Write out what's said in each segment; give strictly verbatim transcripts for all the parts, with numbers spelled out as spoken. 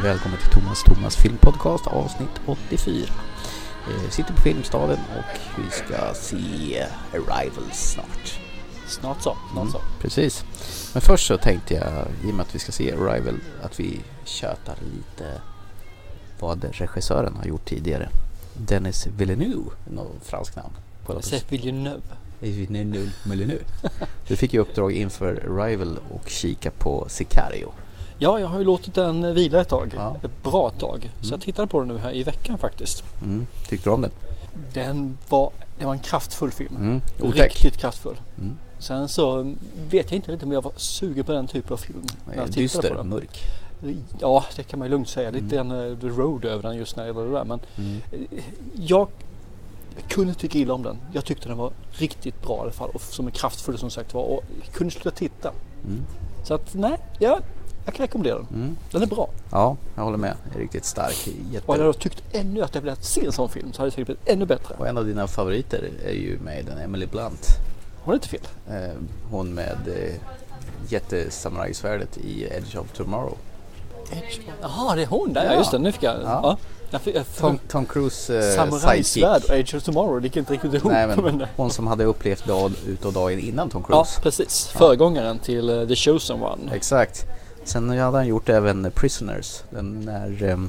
välkommen till Thomas Thomas filmpodcast avsnitt åttiofyra. Vi sitter på Filmstaden och vi ska se Arrival snart. Snart så, snart Mm, så. precis. Men först så tänkte jag, i och med att vi ska se Arrival, att vi tjötar lite vad regissören har gjort tidigare. Denis Villeneuve, något fransk namn. Denis Villeneuve. Villeneuve, Villeneuve. Du fick ju uppdrag inför Arrival och kika på Sicario. Ja, jag har ju låtit den vila ett tag. Ja. Ett bra tag. Så Mm. jag tittade på den nu här i veckan faktiskt. Mm. Tyckte du om den? Den var, det var en kraftfull film. Mm. Otäck. Riktigt kraftfull. Mm. Sen så vet jag inte riktigt om jag var sugen på den typen av film. När jag tittade Dyster, på den. mörk. Ja, det kan man ju lugnt säga. Lite Mm. en uh, The Road över den just när det var det där. Men Mm. jag kunde tycka illa om den. Jag tyckte den var riktigt bra i alla fall. Och som en kraftfull som sagt var. Och kunde sluta titta. Mm. Så att nej, ja, jag kan rekommendera den. Mm. Den är bra. Ja, jag håller med. Det är riktigt stark. Jätte... Och hade jag tyckt ännu att jag ville se en sån film så hade det säkert blivit ännu bättre. Och en av dina favoriter är ju med den Emily Blunt. Hon är inte fel. Eh, hon med eh, jättesamurajsvärdet i Edge of Tomorrow. Jaha, det är hon där. Ja, Ja. just det. Nu fick jag... Ja. Ja. Jag fick, jag fick, Tom, Tom Cruise eh, Samurajsvärd sidekick. och Age of Tomorrow. Det gick inte riktigt ihop. Nej, men men, hon som hade upplevt dag ut och dagen innan Tom ja, Cruise. precis. Föregångaren till uh, The Chosen One. Exakt. Sen hade han gjort även Prisoners. Den när um,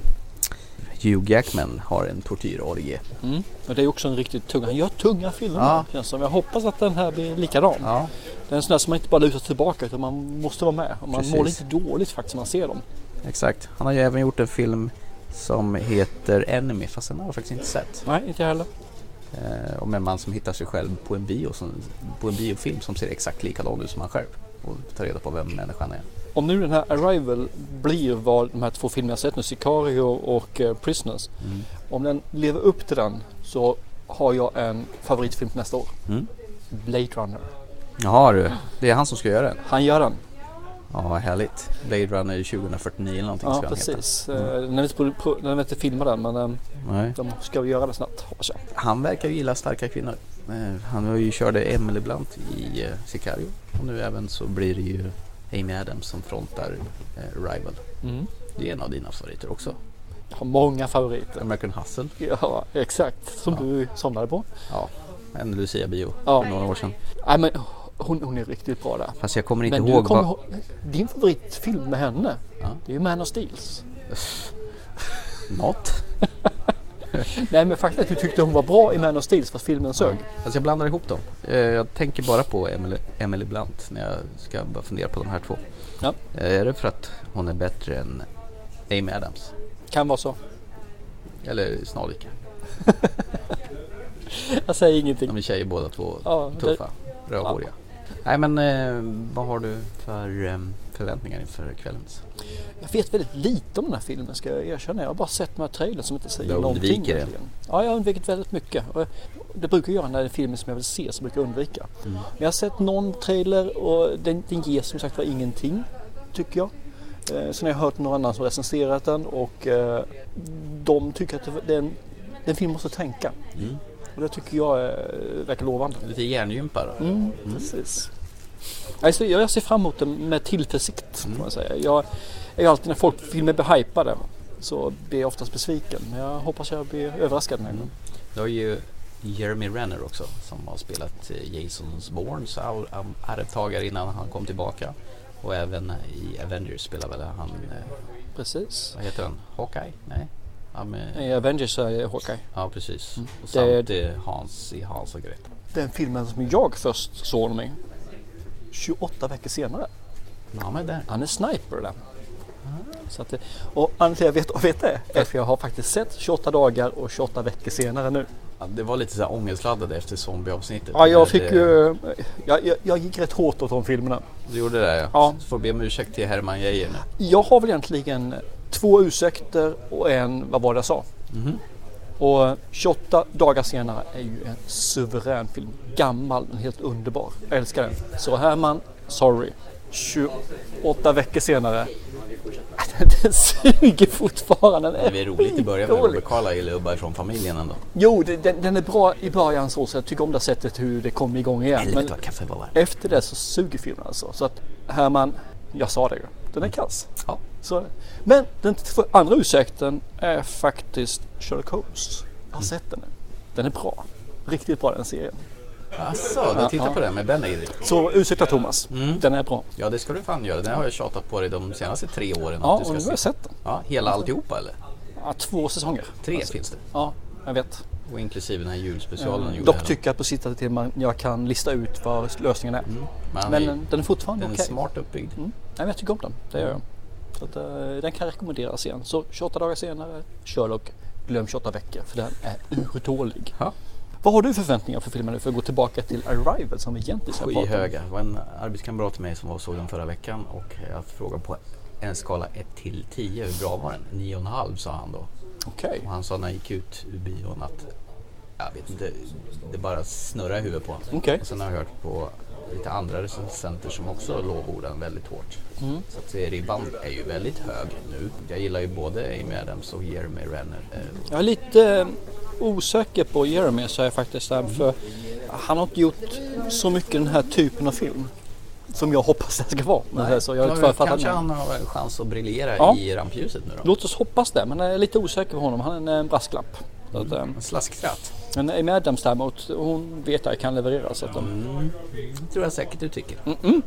Hugh Jackman har en tortyrorgie. Mm. Och det är också en riktigt tung. Han gör tunga filmer. Ja. Känns som. Jag hoppas att den här blir likadan. Ja, Det är en sån där som man inte bara lutar tillbaka utan man måste vara med. Och man Precis. mår lite dåligt faktiskt när man ser dem. exakt. Han har ju även gjort en film som heter Enemy, fast den har jag faktiskt inte sett. Nej, inte jag heller. Eh, om en man som hittar sig själv på en bio som, på en biofilm som ser exakt likadan ut som han själv och tar reda på vem människan är. Om nu den här Arrival blir vad de här två filmerna jag sett nu, Sicario och uh, Prisoners. Mm. Om den lever upp till den så har jag en favoritfilm till nästa år. Mm. Blade Runner. Jaha du, det är han som ska göra den. Han gör den. Ja, härligt. Blade Runner tjugo fyrtionio eller någonting Ja, ska han precis. heta. Mm. Den är inte, på, på, den är inte filmad än men um, Nej. de ska väl göra det snabbt hoppas jag. Han verkar ju gilla starka kvinnor. Eh, han har ju körde Emily Blunt i eh, Sicario. Och nu även så blir det ju Amy Adams som frontar eh, Arrival. Mm. Det är en av dina favoriter också. Jag har många favoriter. American Hustle. Ja, exakt. Som Ja. du somnade på. Ja, en Lucia-bio Ja. för några år sedan. Nej, men hon, hon är riktigt bra där. Fast jag kommer inte Men du ihåg kommer vad... ihåg, din favoritfilm med henne, Ja. det är ju Man of Steels. Något. Nej men faktiskt att du tyckte hon var bra i Man of Steels fast filmen sög. Alltså jag blandar ihop dem. Eh, Jag tänker bara på Emily, Emily Blunt när jag ska bara fundera på de här två. Ja. Eh, Är det för att hon är bättre än Amy Adams? Kan vara så. Eller snarlika? Jag säger ingenting. De är tjejer båda två, Ja, det- tuffa, rödhåriga. Nej men eh, vad har du för eh, förväntningar inför kvällens? Jag vet väldigt lite om den här filmen ska jag erkänna. Jag har bara sett några trailern som inte säger Du någonting. undviker det? egentligen. Ja, jag har undvikit väldigt mycket. Och det brukar jag göra när det är filmer som jag vill se så brukar jag undvika. Mm. Men jag har sett någon trailer och den, den ger som sagt var ingenting tycker jag. Eh, sen har jag hört någon annan som recenserat den och eh, de tycker att det, den, den film måste tänka. Mm. Och det tycker jag eh, verkar lovande. Lite hjärngympa då? Mm, precis. Alltså, jag ser fram emot det med tillförsikt. Mm. Kan man säga. Jag är alltid när folk filmer blir hypade så blir jag oftast besviken. Men jag hoppas jag blir överraskad den här gången. Du har ju Jeremy Renner också som har spelat eh, Jasons Bournes arvtagare innan han kom tillbaka. Och även i Avengers spelar väl han, eh, Precis. vad heter han? Hawkeye? Nej. Han med, I Avengers är jag Hawkeye. ja precis. Mm. Och Det- samt eh, Hans i Hans och Greta. Den filmen som jag först såg honom i tjugoåtta veckor senare. Ja men där. Han är sniper där. Så att det, och anledningen till att jag vet, vet det är för jag har faktiskt sett tjugoåtta dagar och tjugoåtta veckor senare nu. Ja, det var lite så här ångestladdat efter zombieavsnittet. Ja, jag Men fick det, ju... Jag, jag, jag gick rätt hårt åt de filmerna. Du gjorde det ja. Ja. Så får be om ursäkt till Herman Geijer nu. Jag har väl egentligen två ursäkter och en vad var det jag sa. Mhm. Och tjugoåtta dagar senare är ju en suverän film. Gammal, men helt underbar. Jag älskar den. Så Herman, sorry. tjugoåtta veckor senare. Den suger fortfarande. Den är Det är roligt i början med skitdålig. Robert Carlyle och bara från familjen ändå. Jo, det- den, den är bra i början så, så jag tycker om det sättet hur det kommer igång igen. Helvete Men vad kaffe var varmt. efter det så suger filmen alltså. Så att Herman, jag sa det ju. Den är kass. Ja. Så, men den andra ursäkten är faktiskt Sherlock Holmes. Jag har sett den. Den är bra. Riktigt bra den serien. Asså, du tittar ja. på den med Benedict. Så ursäkta Thomas, Mm. den är bra. Ja, det ska du fan göra. Den har jag tjatat på dig de senaste tre åren. Ja, att du ska och nu har jag se. sett den. Ja, hela alltihopa eller? Ja, två säsonger. Tre Alltså, finns det. Ja, jag vet. Och inklusive den här julspecialen. Mm. gjorde Dock jag. tycker jag på sitta till man jag kan lista ut vad lösningen är. Mm. Men, Men är, den, den är fortfarande den är okej. smart uppbyggd. Mm. Nej, men jag tycker om den, det gör jag. Så att, uh, den kan rekommenderas igen. Så tjugoåtta dagar senare, Sherlock, glöm tjugoåtta veckor för den är urdålig. Ja. Vad har du för förväntningar för filmen nu för att gå tillbaka till Arrival som vi egentligen ska prata om? Skyhöga. Det var en arbetskamrat till mig som var och såg den förra veckan och jag frågade på en skala ett till tio hur bra var den? nio komma fem sa han då. Okej. Och han sa när jag gick ut ur bion att jag vet inte, det bara snurrar i huvudet på honom. Okej. Och sen har jag hört på lite andra recensenter som också lovordar den väldigt hårt. Mm. Så att ribban är ju väldigt hög nu. Jag gillar ju både Amy Adams och Jeremy Renner. Eh, Jag är lite osäker på Jeremy så är jag faktiskt där, för han har inte gjort så mycket den här typen av film som jag hoppas det ska vara. Nej, så jag ja, fattar kanske det. han har en chans att briljera Ja. i rampljuset nu då. Låt oss hoppas det, men jag är lite osäker på honom. Han är en brasklapp. Så att, En slasktratt. men Amy Adams däremot, hon vet jag kan leverera. Så att, Mm. Det tror jag säkert du tycker. mm.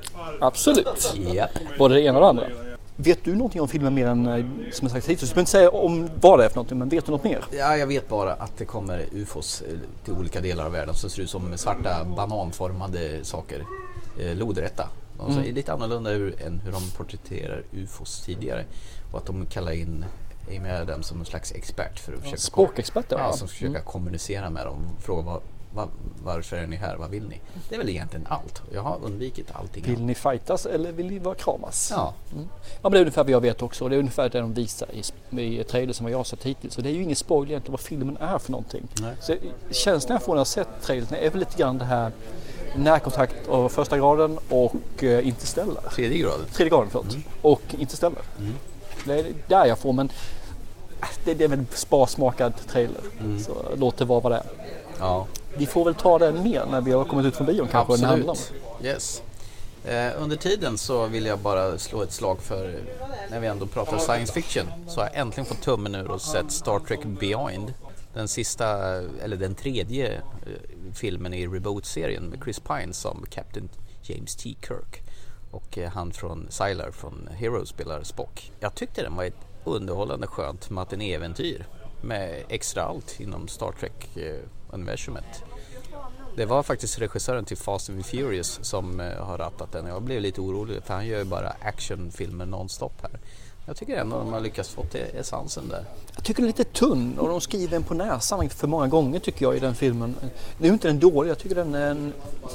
Absolut. Ja. Både det ena och det andra. Vet du någonting om filmen mer än eh, som jag sagt hittills? Du behöver inte säga om vad det är för någonting, men vet du något mer? Ja, jag vet bara att det kommer U F Os eh, till olika delar av världen som ser ut som svarta bananformade saker. Eh, lodrätta. De ser Mm. lite annorlunda ur, än hur de porträtterar U F Os tidigare. Och att de kallar in Amy Adams som en slags expert för att försöka, Språkexpert, ja, ja. som försöka Mm. kommunicera med dem och fråga vad, vad, varför är ni här, vad vill ni? Det är väl egentligen allt. Jag har undvikit allting. Vill ni fightas eller vill ni vara kramas? Ja. Mm. Ja, men det är ungefär vad jag vet också. Och det är ungefär det de visar i, i trailern som jag har sett hittills. Så det är ju ingen spoiler egentligen vad filmen är för någonting. Nej. Så känslan jag får när jag sett trailern är väl lite grann det här närkontakt av första graden och uh, Interstellar. Tredje graden. Tredje graden, förlåt. Mm. Och Interstellar. Mm. Det är där jag får, men äh, det, det är väl sparsmakad trailer. Mm. Så låt det vara vad det är. Ja. Vi får väl ta den mer när vi har kommit ut från bion kanske. Den handlar om. Absolut. Yes. Eh, under tiden så vill jag bara slå ett slag för, när vi ändå pratar science fiction, så har jag äntligen fått tummen ur och sett Star Trek Beyond. Den sista, eller den tredje eh, filmen i reboot-serien med Chris Pine som Captain James T. Kirk. Och eh, han från Sylar från Heroes spelar Spock. Jag tyckte den var ett underhållande skönt matinéäventyr med extra allt inom Star Trek-universumet. Det var faktiskt regissören till Fast and Furious som eh, har rattat den. Jag blev lite orolig för han gör ju bara actionfilmer nonstop här. Jag tycker ändå att de har lyckats få till essensen där. Jag tycker den är lite tunn och de skriver en på näsan för många gånger tycker jag i den filmen. Det är ju inte den dåliga, jag tycker den är en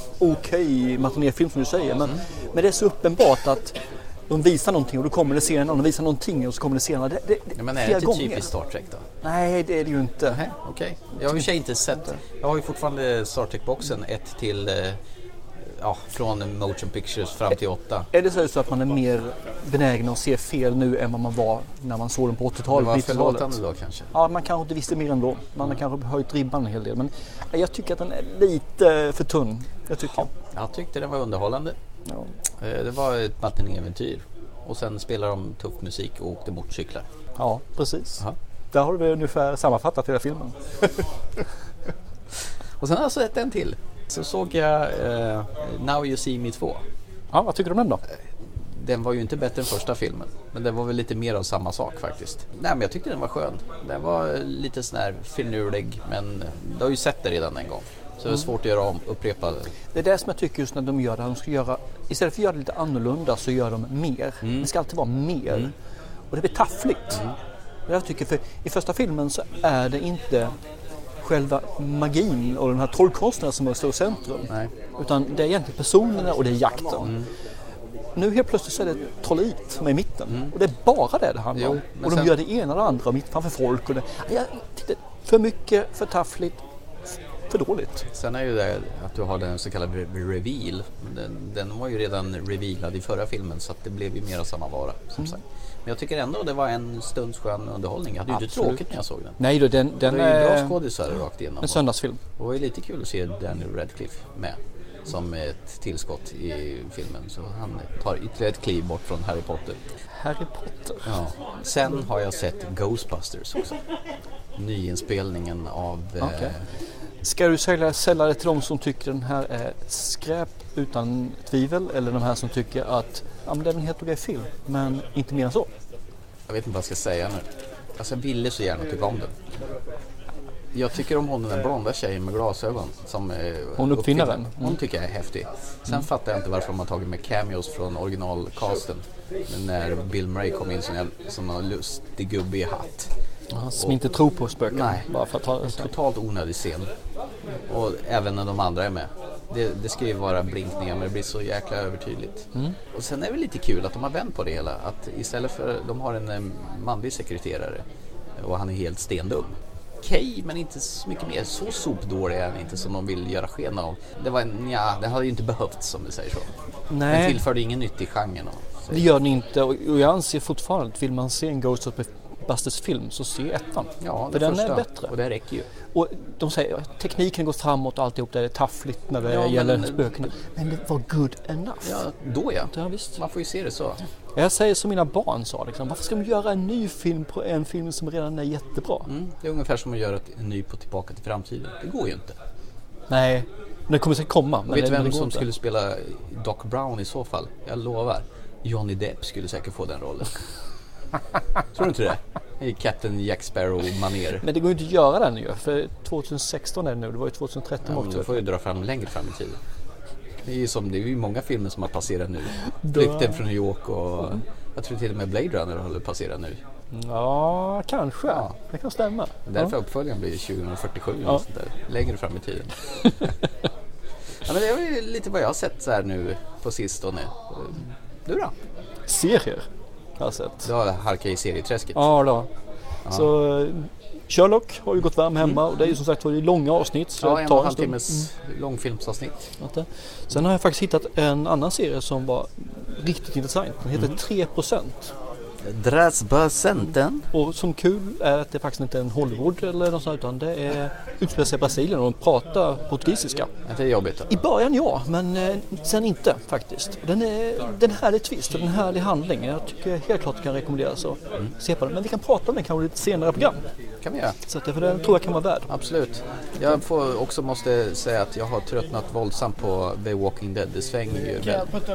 okej matinéfilm som du säger. Men, mm. men det är så uppenbart att de visar någonting och då kommer det senare och de visar någonting och så kommer det senare. Det, det, det, ja, men är det inte typiskt Star Trek då? Nej, det är det ju inte. Nej, okej. Okay. Jag har i och för sig inte sett. Jag har ju fortfarande Star Trek-boxen ett till eh, ja, från Motion Pictures fram till åtta. Är det så att man är mer benägen att se fel nu än vad man var när man såg den på åttiotalet, det var nittiotalet? förlåtande då kanske? Ja, man kanske inte visste mer ändå. Man har kanske höjt ribban en hel del. Men jag tycker att den är lite för tunn. Jag tycker. Ja, jag tyckte den var underhållande. Ja. Det var ett matinéäventyr. Och sen spelar de tuff musik och åkte motorcyklar. Ja, precis. Aha. Där har du ungefär sammanfattat hela filmen. Och sen har jag sett en till. Så såg jag uh, Now You See Me två. Ja, vad tycker du om den då? Den var ju inte bättre än första filmen. Men den var väl lite mer av samma sak faktiskt. Nej, men jag tyckte den var skön. Den var lite sån här finurlig. Men du har ju sett det redan en gång. Så det är svårt att göra om, upprepa det. Det är det som jag tycker just när de gör det. De ska göra, istället för att göra det lite annorlunda så gör de mer. Mm. Det ska alltid vara mer. Mm. Och det blir taffligt. Mm. Jag tycker för i första filmen så är det inte själva magin och den här trollkonsten som står i centrum. Nej. Utan det är egentligen personerna och det är jakten. Mm. Nu helt plötsligt så är det trollit som är i mitten. Mm. Och det är bara det det handlar om. Och de sen... gör det ena och det andra mitt framför folk. Och det, jag, det, för mycket, för taffligt. För dåligt. Sen är ju det att du har den så kallade reveal. Den, den var ju redan revealad i förra filmen så att det blev ju mer av samma vara som mm. sagt. Men jag tycker ändå det var en stunds skön underhållning. Jag hade ju inte tråkigt när jag såg den. Nej då, den, den det är ju är bra skådisar rakt igenom. En söndagsfilm. Och det var ju lite kul att se Daniel Radcliffe med. som ett tillskott i filmen. Så han tar ytterligare ett kliv bort från Harry Potter. Harry Potter? Ja. Sen har jag sett Ghostbusters också. Nyinspelningen av... Okay. Eh... Ska du sälja, sälja det till de som tycker den här är skräp utan tvivel, eller de här som tycker att ja, men det är en helt okej film, men inte mer än så? Jag vet inte vad jag ska säga nu. Alltså jag ville så gärna tycka om den. Jag tycker om hon den där blonda tjejen med glasögon. Som hon uppfinnaren. Mm. Hon tycker jag är häftig. Sen mm. fattar jag inte varför man tagit med cameos från originalcasten. Men när Bill Murray kom in som, som en lustig gubbe i hatt. Han som inte tror på spöken. Nej, bara för att ta det. Totalt onödig scen. Och även när de andra är med. Det, det ska ju vara blinkningar, men det blir så jäkla övertydligt. Mm. Och sen är det lite kul att de har vänt på det hela. Att istället för, de har en, en manlig sekreterare och han är helt stendum. Okej, okay, men inte så mycket mer. Så sopdålig är han inte som de vill göra sken av. Det var en, ja, det hade ju inte behövts som du säger så. Nej. Den tillförde ingen nytt i genren. Det gör den inte, och jag anser fortfarande att vill man se en Ghostbusters film så se ettan. Ja, för den är bättre. Och det räcker ju. Och de säger att tekniken går framåt och alltihop, det är taffligt när det ja, gäller men, spöken. Men det var good enough. Ja, då ja. ja visst. Man får ju se det så. Jag säger som mina barn sa, liksom, varför ska de göra en ny film på en film som redan är jättebra? Mm, det är ungefär som att göra en ny på Tillbaka till framtiden. Det går ju inte. Nej, det kommer säkert komma. Men vet du vem det som inte. skulle spela Doc Brown i så fall? Jag lovar. Johnny Depp skulle säkert få den rollen. Tror du inte det? I Captain Jack Sparrow-manér. Men det går ju inte att göra den ju. För tjugohundrasexton är det nu. Det var ju tjugotretton ja, också. Du får ju dra fram längre fram i tiden. Det är ju som, det är ju många filmer som har passerat nu. Flykten från New York och mm. jag tror till och med Blade Runner håller passerat nu. Ja, kanske. Ja. Det kan stämma. Därför ja. uppföljaren blir tjugohundrafyrtiosju ja. och sånt där. Längre fram i tiden. Ja, men det är ju lite vad jag har sett så här nu på sistone. Du då? Serier har jag sett. Du har halkat i serieträsket. Ja då. Ja. Så Sherlock har ju gått varm hemma mm. och det är ju som sagt långa avsnitt. Så ja, en och en halv timmes mm. långfilmsavsnitt. Sen har jag faktiskt hittat en annan serie som var riktigt intressant. Den heter mm. tre procent. Dressbörscenten. Och som kul är att det faktiskt inte är en Hollywood eller något sånt, utan det är utspelar sig i Brasilien och de pratar portugisiska. Det är jobbigt då. I början ja, men eh, sen inte faktiskt. Den är den här är twist och den här är handling. Jag tycker helt klart kan rekommenderas att mm. se på den. Men vi kan prata om den kanske lite senare program. Kan vi göra. Så att det, för det tror jag kan vara värd. Absolut. Jag får också måste säga att jag har tröttnat våldsamt på The Walking Dead. Det svänger ju väldigt.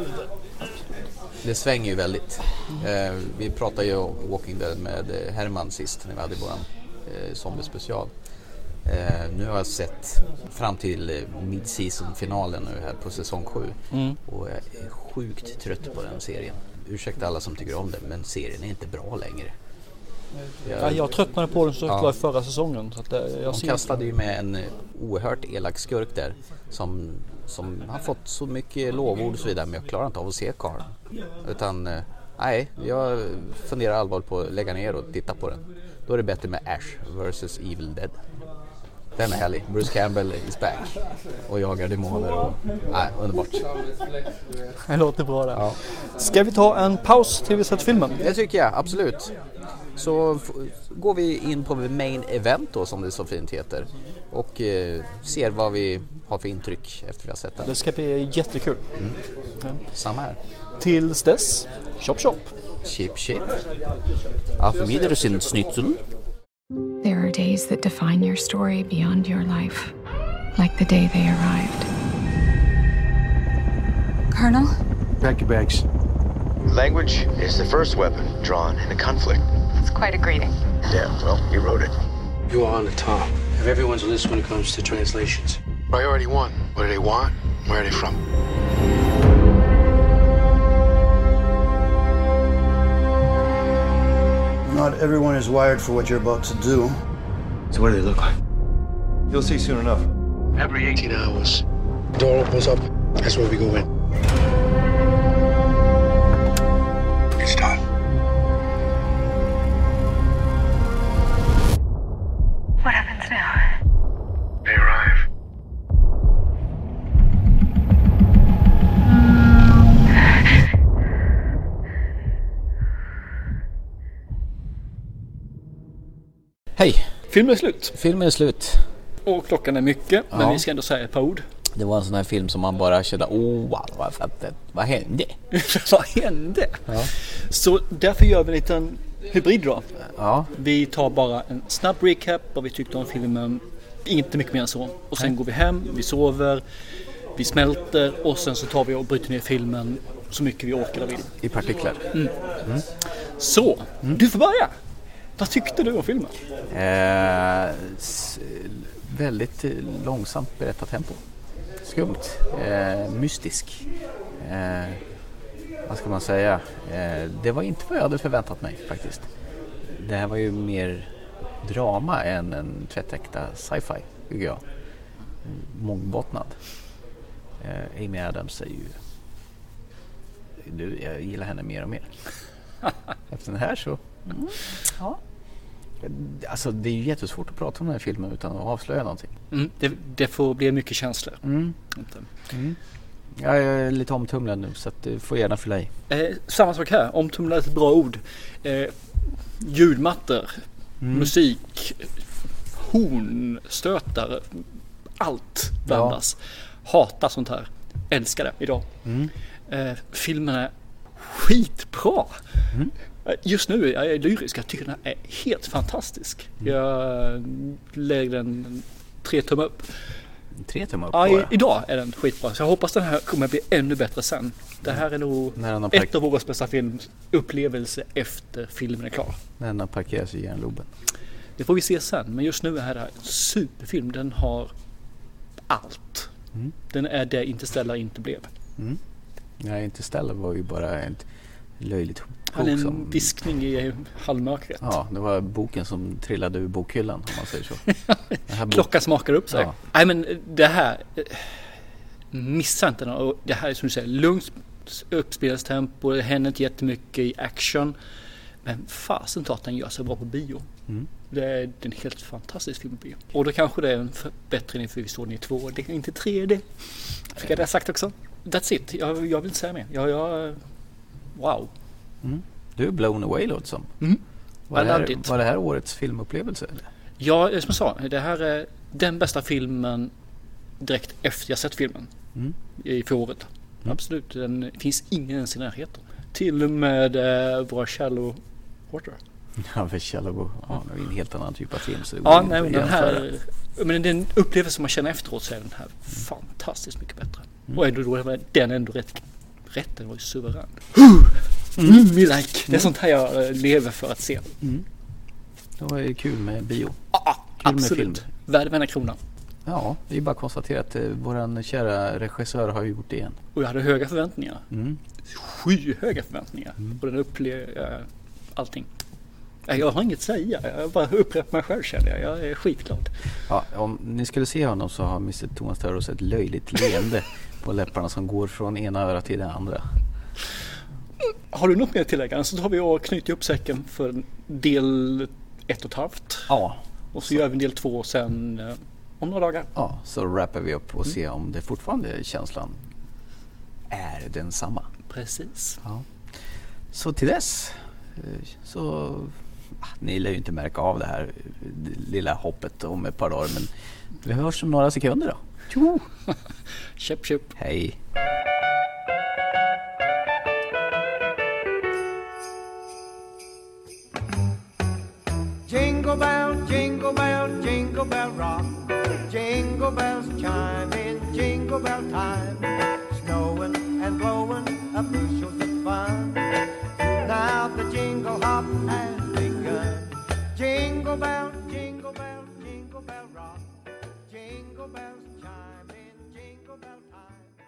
Det svänger ju väldigt. Eh, vi pratade ju om Walking Dead med Herman sist när vi hade vår eh, zombie-special. Eh, nu har jag sett fram till eh, mid-season-finalen nu här på säsong sju. Mm. Och jag är sjukt trött på den serien. Ursäkta alla som tycker om den, men serien är inte bra längre. Jag, ja, jag tröttnade på den så ja. förra säsongen. Så att det, jag De kastade ju med en oerhört elak skurk där som, som har fått så mycket lovord och så vidare, men jag klarar inte av att se karln. Utan nej, jag funderar allvarligt på att lägga ner och titta på den. Då är det bättre med Ash versus Evil Dead. Den är härlig. Bruce Campbell is back och jagar demoner och nej, underbart. Det låter bra där. Ja. Ska vi ta en paus till vi sett filmen? Det tycker jag, absolut. Så f- går vi in på main event då, som det så fint heter, och eh, ser vad vi har för intryck efter vi har sett den. Det ska bli jättekul. Mm. Ja. Samma här. Tills dess, chop chop. Chip chip. Auf Wiedersehen, Schnitzel. There are days that define your story beyond your life, like the day they arrived. Colonel? Pack your bags. Language is the first weapon drawn in a conflict. It's quite a greeting. Yeah, well, he wrote it. You are on the top of everyone's list when it comes to translations. Priority one. What do they want? Where are they from? Not everyone is wired for what you're about to do. So what do they look like? You'll see soon enough. Every eighteen hours, the door opens up. That's where we go in. It's time. What happens now? They arrive. Hej! Filmen är slut. Filmen är slut. Och klockan är mycket, ja. Men vi ska ändå säga ett par ord. Det var en sån här film som man bara kände, oh wow, vad, vad, vad hände? Vad hände? Ja. Så därför gör vi en liten hybrid då. Ja. Vi tar bara en snabb recap vad vi tyckte om filmen. Inte mycket mer än så. Och sen Nej. går vi hem, vi sover, vi smälter och sen så tar vi och bryter ner filmen så mycket vi orkar och vill. I partiklar. Mm. Mm. Så, mm. du får börja. Vad tyckte du om filmen? Eh, s- väldigt långsamt berättat tempo. Skumt. Eh, mystisk. Eh, vad ska man säga? Eh, det var inte vad jag hade förväntat mig faktiskt. Det här var ju mer drama än en tvättäkta sci-fi, tycker jag. Mångbottnad. Eh, Amy Adams är ju... Du, jag gillar henne mer och mer. Efter den här så... Mm, ja. Alltså det är ju jättesvårt att prata om den här filmen utan att avslöja någonting. Mm, det, det får bli mycket känslor. Mm. Mm. Jag är lite omtumlad nu så att du får gärna fylla i. Eh, samma sak här, omtumlad är ett bra ord. Eh, ljudmattor, mm. musik, hornstötar, allt blandas. Ja. Hatar sånt här. Älskar det idag. Mm. Eh, filmen är skitbra. Mm. Just nu är jag lyrisk. Jag tycker den är helt fantastisk. Mm. Jag lägger den tre tummar upp. Tre tummar upp? Ja, i, idag är den skitbra. Så jag hoppas den här kommer att bli ännu bättre sen. Det här är nog park- ett av våra bästa filmupplevelser efter filmen är klar. När den har parkerats i järnloben. Det får vi se sen. Men just nu är det här en superfilm. Den har allt. Mm. Den är det Interstellar inte blev. Mm. Nej, Interstellar var ju bara ett löjligt bok. Han är en som... viskning i halvmörkret. Ja, det var boken som trillade ur bokhyllan om man säger så. Bok... Klockan smakar upp sig. Ja. Nej, men det här missar inte någon. Det här är som du säger, lugnt uppspelstempo. Det händer inte jättemycket i action. Men fasen tar att den gör sig bra på bio. Mm. Det är en helt fantastisk film på bio. Och då kanske det är en förbättring för vi står den i två D, inte tre D. Fick jag det sagt också? That's it. Jag, jag vill inte säga mer. Jag, jag, wow. Mm. Du är blown away låt som. Mm. Var, det här, var det här årets filmupplevelse? Eller? Ja, som jag sa. Det här är den bästa filmen direkt efter jag sett filmen. Mm. I för året. Mm. Absolut. Den finns ingen ens i närheten. Till och med äh, våra Shallow Water. Ja, för Shallow. Ja, det är en helt annan typ av film. Så det ja, nej, men den här... Men den upplevelse man känner efteråt så är den här fantastiskt mycket bättre. Mm. Och ändå då var den ändå rätt. Rätten var ju suverän. Mm. Mm, like. Det är sånt här jag lever för att se. Mm. Det var ju kul med bio. Ah, absolut. Värd varenda krona. Ja, det är bara att konstatera att eh, våran kära regissör har gjort det igen. Och jag hade höga förväntningar. Mm. Skyhöga förväntningar. Mm. Och den upplever äh, allting. Jag har inget att säga. Jag bara upprepar mig själv, känner jag. Jag är skitglad. Ja, om ni skulle se honom så har mister Thomas Törros ett löjligt leende på läpparna som går från ena öra till det andra. Har du något mer att tillägga? Så tar vi och knyter upp säcken för del ett och ett halvt. Ja. Och så, så gör vi del två sen eh, om några dagar. Ja, så rappar vi upp och mm. ser om det fortfarande känslan är densamma. Precis. Ja. Så till dess så ni lär ju inte märka av det här lilla hoppet om ett par dagar, men vi hörs om några sekunder då. Tjo! Köp, köp. Hej. Jingle bell, jingle bell, jingle bell rock. Jingle bells chime in jingle bell time. Snowing and blowing up bushels of fun. Now the jingle hop has begun. Jingle bell, jingle bell, jingle bell rock. Jingle bells chime in jingle bell time.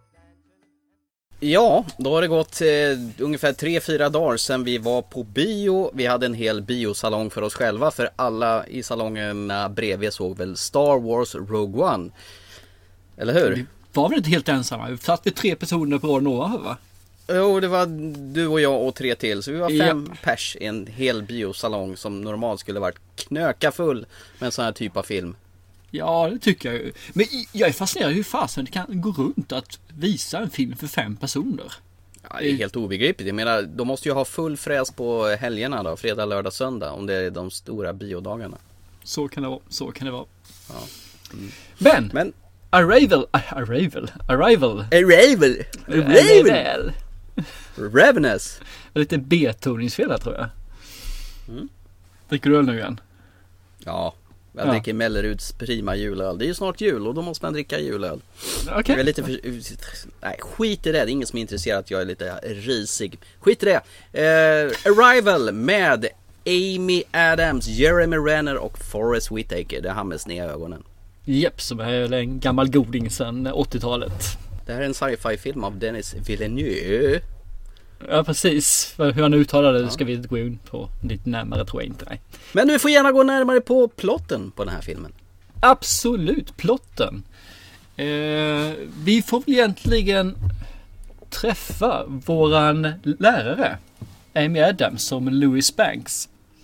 Ja, då har det gått eh, ungefär tre fyra dagar sedan vi var på bio. Vi hade en hel biosalong för oss själva, för alla i salongerna bredvid såg väl Star Wars Rogue One. Eller hur? Vi var väl inte helt ensamma? Vi satt vi tre personer på raden ovanför, va? Jo, det var du och jag och tre till. Så vi var fem yep. pers i en hel biosalong som normalt skulle varit knöka full med en sån här typ av film. Ja, det tycker jag ju. Men jag är fascinerad hur fasen det kan gå runt att visa en film för fem personer. Ja, det är helt obegripligt. Jag menar, de måste ju ha full fräs på helgerna då, fredag, lördag, söndag, om det är de stora biodagarna. Så kan det vara, så kan det vara. Ja. Mm. Men, Men Arrival, Arrival, Arrival, Arrival, Arrival, Ravenous. Lite betoningsfel här, tror jag. Mm. Dricker du öl nu igen? Ja, jag ja. dricker Melleruds prima julöl. Det är ju snart jul och då måste man dricka julöl. Okej. Okay. Jag är lite för... Nej, skit i det. Det är ingen som är intresserad att jag är lite risig. Skit i det. Uh, Arrival med Amy Adams, Jeremy Renner och Forrest Whitaker. Det är han med sneda ögonen. Japp, som är en gammal goding sedan åttiotalet. Det här är en sci-fi film av Denis Villeneuve. Ja, precis. Hur han uttalade det ja. ska vi inte gå in på lite närmare, tror jag inte. Nej. Men du får gärna gå närmare på plotten på den här filmen. Absolut, plotten. Eh, vi får väl egentligen träffa våran lärare Amy Adams som Louis Banks.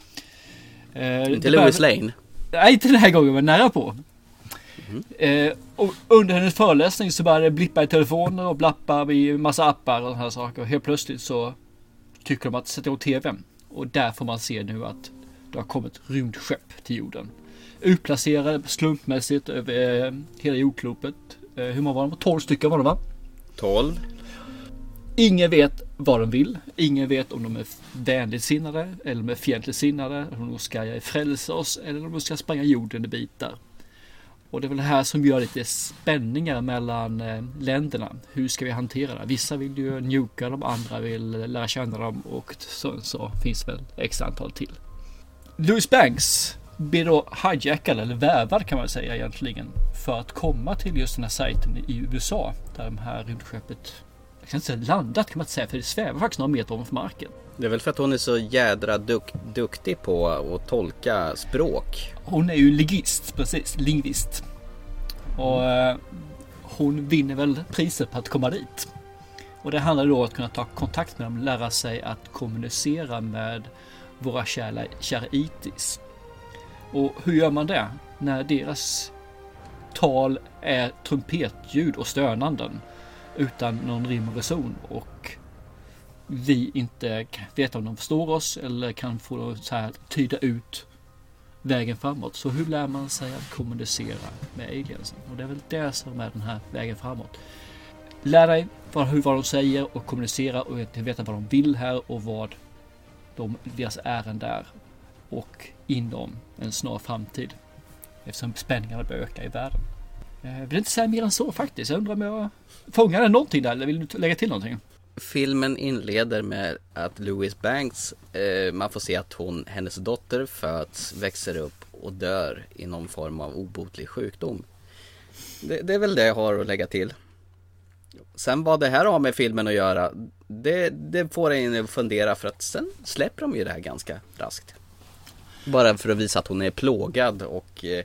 Eh, inte Louis bär... Lane. Nej, inte den här gången, men nära på. Mm. Eh, och under hennes föreläsning så började det blippa i telefoner och blappa i massa appar och sådana här saker. Och helt plötsligt så tycker de att sätta åt tvn. Och där får man se nu att det har kommit rymdskepp till jorden. Utplacerade slumpmässigt över eh, hela jordklopet. Eh, hur många var de? tolv stycken var det, va? tolv. Ingen vet vad de vill. Ingen vet om de är vänligt sinnade eller om de är fientligt sinnade. Om de ska frälsa oss eller om de ska spränga jorden i bitar. Och det är väl det här som gör lite spänningar mellan eh, länderna. Hur ska vi hantera det? Vissa vill ju njuka dem, andra vill lära känna dem och så, så finns väl extra antal till. Louis Banks blir då hijackad eller vävad kan man säga egentligen för att komma till just den här sajten i U S A där de här rymdskeppet, jag kan inte säga landat kan man inte säga, för det svävar faktiskt några meter ovanför marken. Det är väl för att hon är så jädra duk- duktig på att tolka språk. Hon är ju lingvist, precis, lingvist. Och eh, hon vinner väl priset på att komma dit. Och det handlar då om att kunna ta kontakt med dem, lära sig att kommunicera med våra kära, kära itis. Och hur gör man det? När deras tal är trumpetljud och stönanden utan någon rim och reson och vi inte vet om de förstår oss eller kan få så här tyda ut vägen framåt. Så hur lär man sig att kommunicera med aliens? Och det är väl det som är den här vägen framåt. Lär dig vad, hur, vad de säger och kommunicera och veta vad de vill här och vad de, deras ärende är. Och inom en snar framtid. Eftersom spänningarna börjar öka i världen. Jag vill inte säga mer än så faktiskt. Jag undrar om jag fångade någonting där eller vill du lägga till någonting? Filmen inleder med att Louis Banks, eh, man får se att hon, hennes dotter föds, växer upp och dör i någon form av obotlig sjukdom. Det, det är väl det jag har att lägga till. Sen vad det här har med filmen att göra, det, det får en att fundera för att sen släpper de ju det här ganska raskt. Bara för att visa att hon är plågad och eh,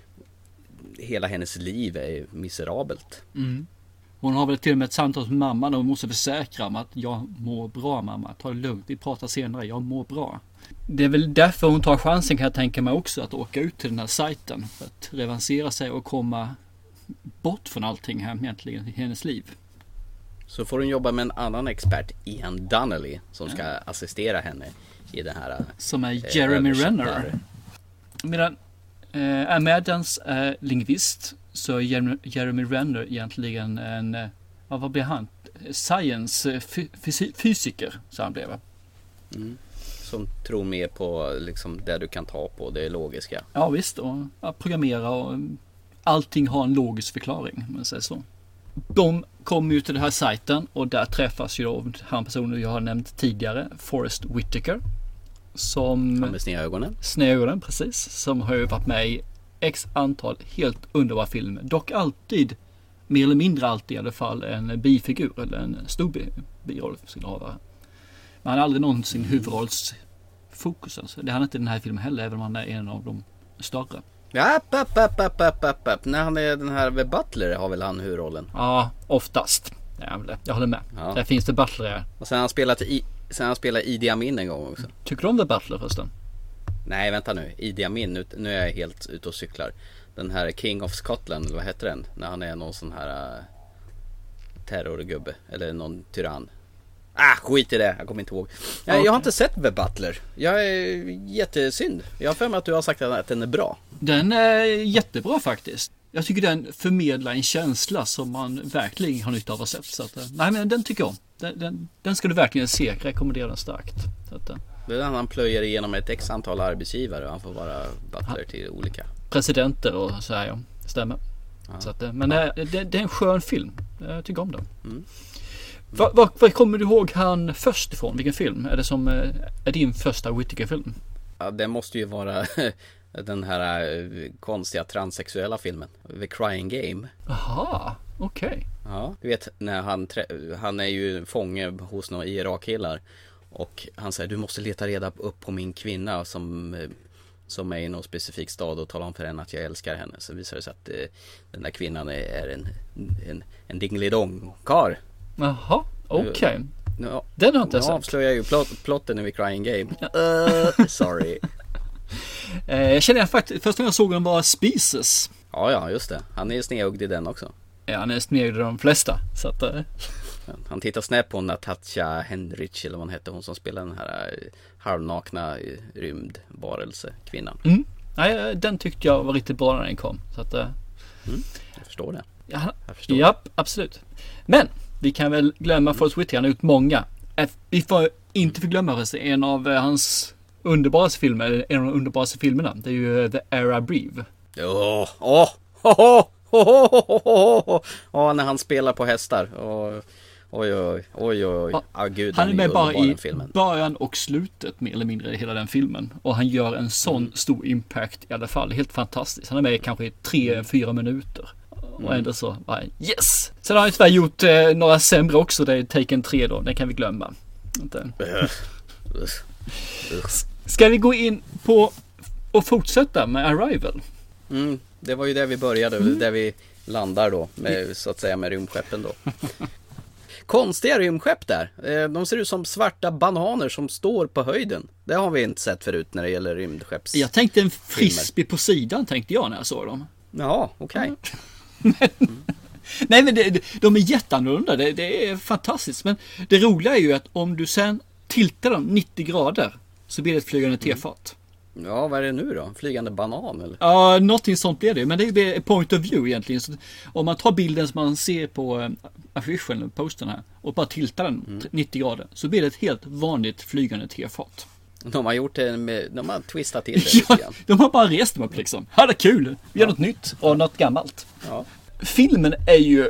hela hennes liv är miserabelt. Mm. Hon har väl till och med ett samtal med mamman och hon måste försäkra om att jag mår bra mamma. Ta det lugnt, vi pratar senare, jag mår bra. Det är väl därför hon tar chansen kan jag tänka mig också att åka ut till den här sajten. För att revansera sig och komma bort från allting här egentligen i hennes liv. Så får hon jobba med en annan expert, Ian Donnelly, som ska ja. assistera henne i det här. Som är Jeremy eh, Renner. Medan eh, Amy Adams är lingvist så är Jeremy Renner egentligen en, ja, vad blir han? Science fys- fysiker så han blev. Mm. Som tror mer på liksom det du kan ta på, det logiska. Ja visst, och ja, programmera och allting har en logisk förklaring, om man säger så. De kommer ju till den här sajten och där träffas ju då han personen jag har nämnt tidigare, Forrest Whitaker. Som han med snedögonen. Snedögonen, precis. Som har ju varit med i x antal helt underbara filmer. Dock alltid, mer eller mindre alltid i alla fall, en bifigur eller en stor birollsinnehavare. Men han har aldrig någonsin huvudrollsfokusen. Så det är han inte i den här filmen heller, även om han är en av de större. Ja, app, app, app, app, app, app, app. När han är den här The Butler har väl han huvudrollen? Ja, oftast. Ja, jag håller med. Ja. Där finns det Butler. Och sen har han spelat i, sen har han spelat Idi Amin en gång också. Tycker du om The Butler förresten? Nej, vänta nu. Idi Amin, nu, nu är jag helt ute och cyklar. Den här King of Scotland, vad heter den? När han är någon sån här uh, terrorgubbe. Eller någon tyrann. Ah, skit i det, jag kommer inte ihåg. Jag, okay. jag har inte sett The Butler. Jag är jättesynd. Jag har för mig att du har sagt att den är bra. Den är jättebra faktiskt. jag tycker den förmedlar en känsla som man verkligen har nytta av att sett. Så att, nej, men den tycker jag om. Den, den, den ska du verkligen se. Rekommenderar den starkt. Så att, det är när han plöjer igenom ett x antal arbetsgivare och han får vara butler till olika presidenter och så här, ja. Stämmer. Ja. Så att, men det, det, det är en skön film. Jag tycker om den. Mm. Vad va, va kommer du ihåg han först ifrån? Vilken film? Är det som är din första Whittaker-film? Ja, det måste ju vara den här konstiga transsexuella filmen, The Crying Game. Aha, okej. Okay. Ja, du vet när han, han är ju fånge hos några Irak-killar och han säger du måste leta reda upp på min kvinna som, som är i någon specifik stad och tala om för henne att jag älskar henne. Så visar det sig att eh, den där kvinnan är en, en, en dingelidong-kar. Jaha, okej. Okay. Ja, den har inte jag sett. Nu avslöjar jag ju plott, plotten i Crying Game. Uh, sorry. eh, jag känner faktiskt, första gången jag såg den var Species. Ja, ja, just det. Han är snedögd i den också. Ja, han är snedögd i de flesta. Så att, uh... han tittar snett på Natasha Henrich, eller vad hon hette, hon som spelar den här halvnakna rymdvarelsekvinnan. Mm. Nej, den tyckte jag var riktigt bra när den kom. Så att, uh... mm, jag förstår det. Ja, jag förstår ja det. Absolut. Men vi kan väl glömma Forrest Whitaker, han har gjort många. Vi får inte förglömma en av hans underbaraste filmer, en av de underbaraste filmerna. Det är ju The Air I Breathe. Åh, åh, åh, åh, åh, när han spelar på hästar. Oj, oj, oj, oj, oj. Ah, gud, han är med bara i början och slutet mer eller mindre i hela den filmen. Och han gör en sån mm. stor impact i alla fall. Helt fantastiskt. Han är med kanske i tre, fyra minuter. Och ändå så, bara, yes! Sen har jag tyvärr gjort eh, några sämre också. Det är Taken tre då, det kan vi glömma. Inte. Ska vi gå in på och fortsätta med Arrival? Mm, det var ju där vi började, mm. där vi landar då, med, så att säga med rymdskeppen då. Konstiga rymdskepp där. De ser ut som svarta bananer som står på höjden. Det har vi inte sett förut när det gäller rymdskepps. Jag tänkte en frisbee på sidan, tänkte jag när jag såg dem. Ja, okej. Okay. Men, mm. Nej men det, de är jätteannorlunda, det, det är fantastiskt. Men det roliga är ju att om du sen tiltar dem nittio grader så blir det ett flygande tefat. Mm. Ja, vad är det nu då? Flygande banan eller? Ja, någonting sånt blir det. Men det är point of view egentligen. Så om man tar bilden som man ser på affischen, posten här, och bara tiltar den mm. nittio grader så blir det ett helt vanligt flygande tefat. De har gjort det med, de har twistat till det ja, de har bara rest dem upp liksom. Ja, det är kul. Vi gör ja. något nytt och något gammalt. Ja. Filmen är ju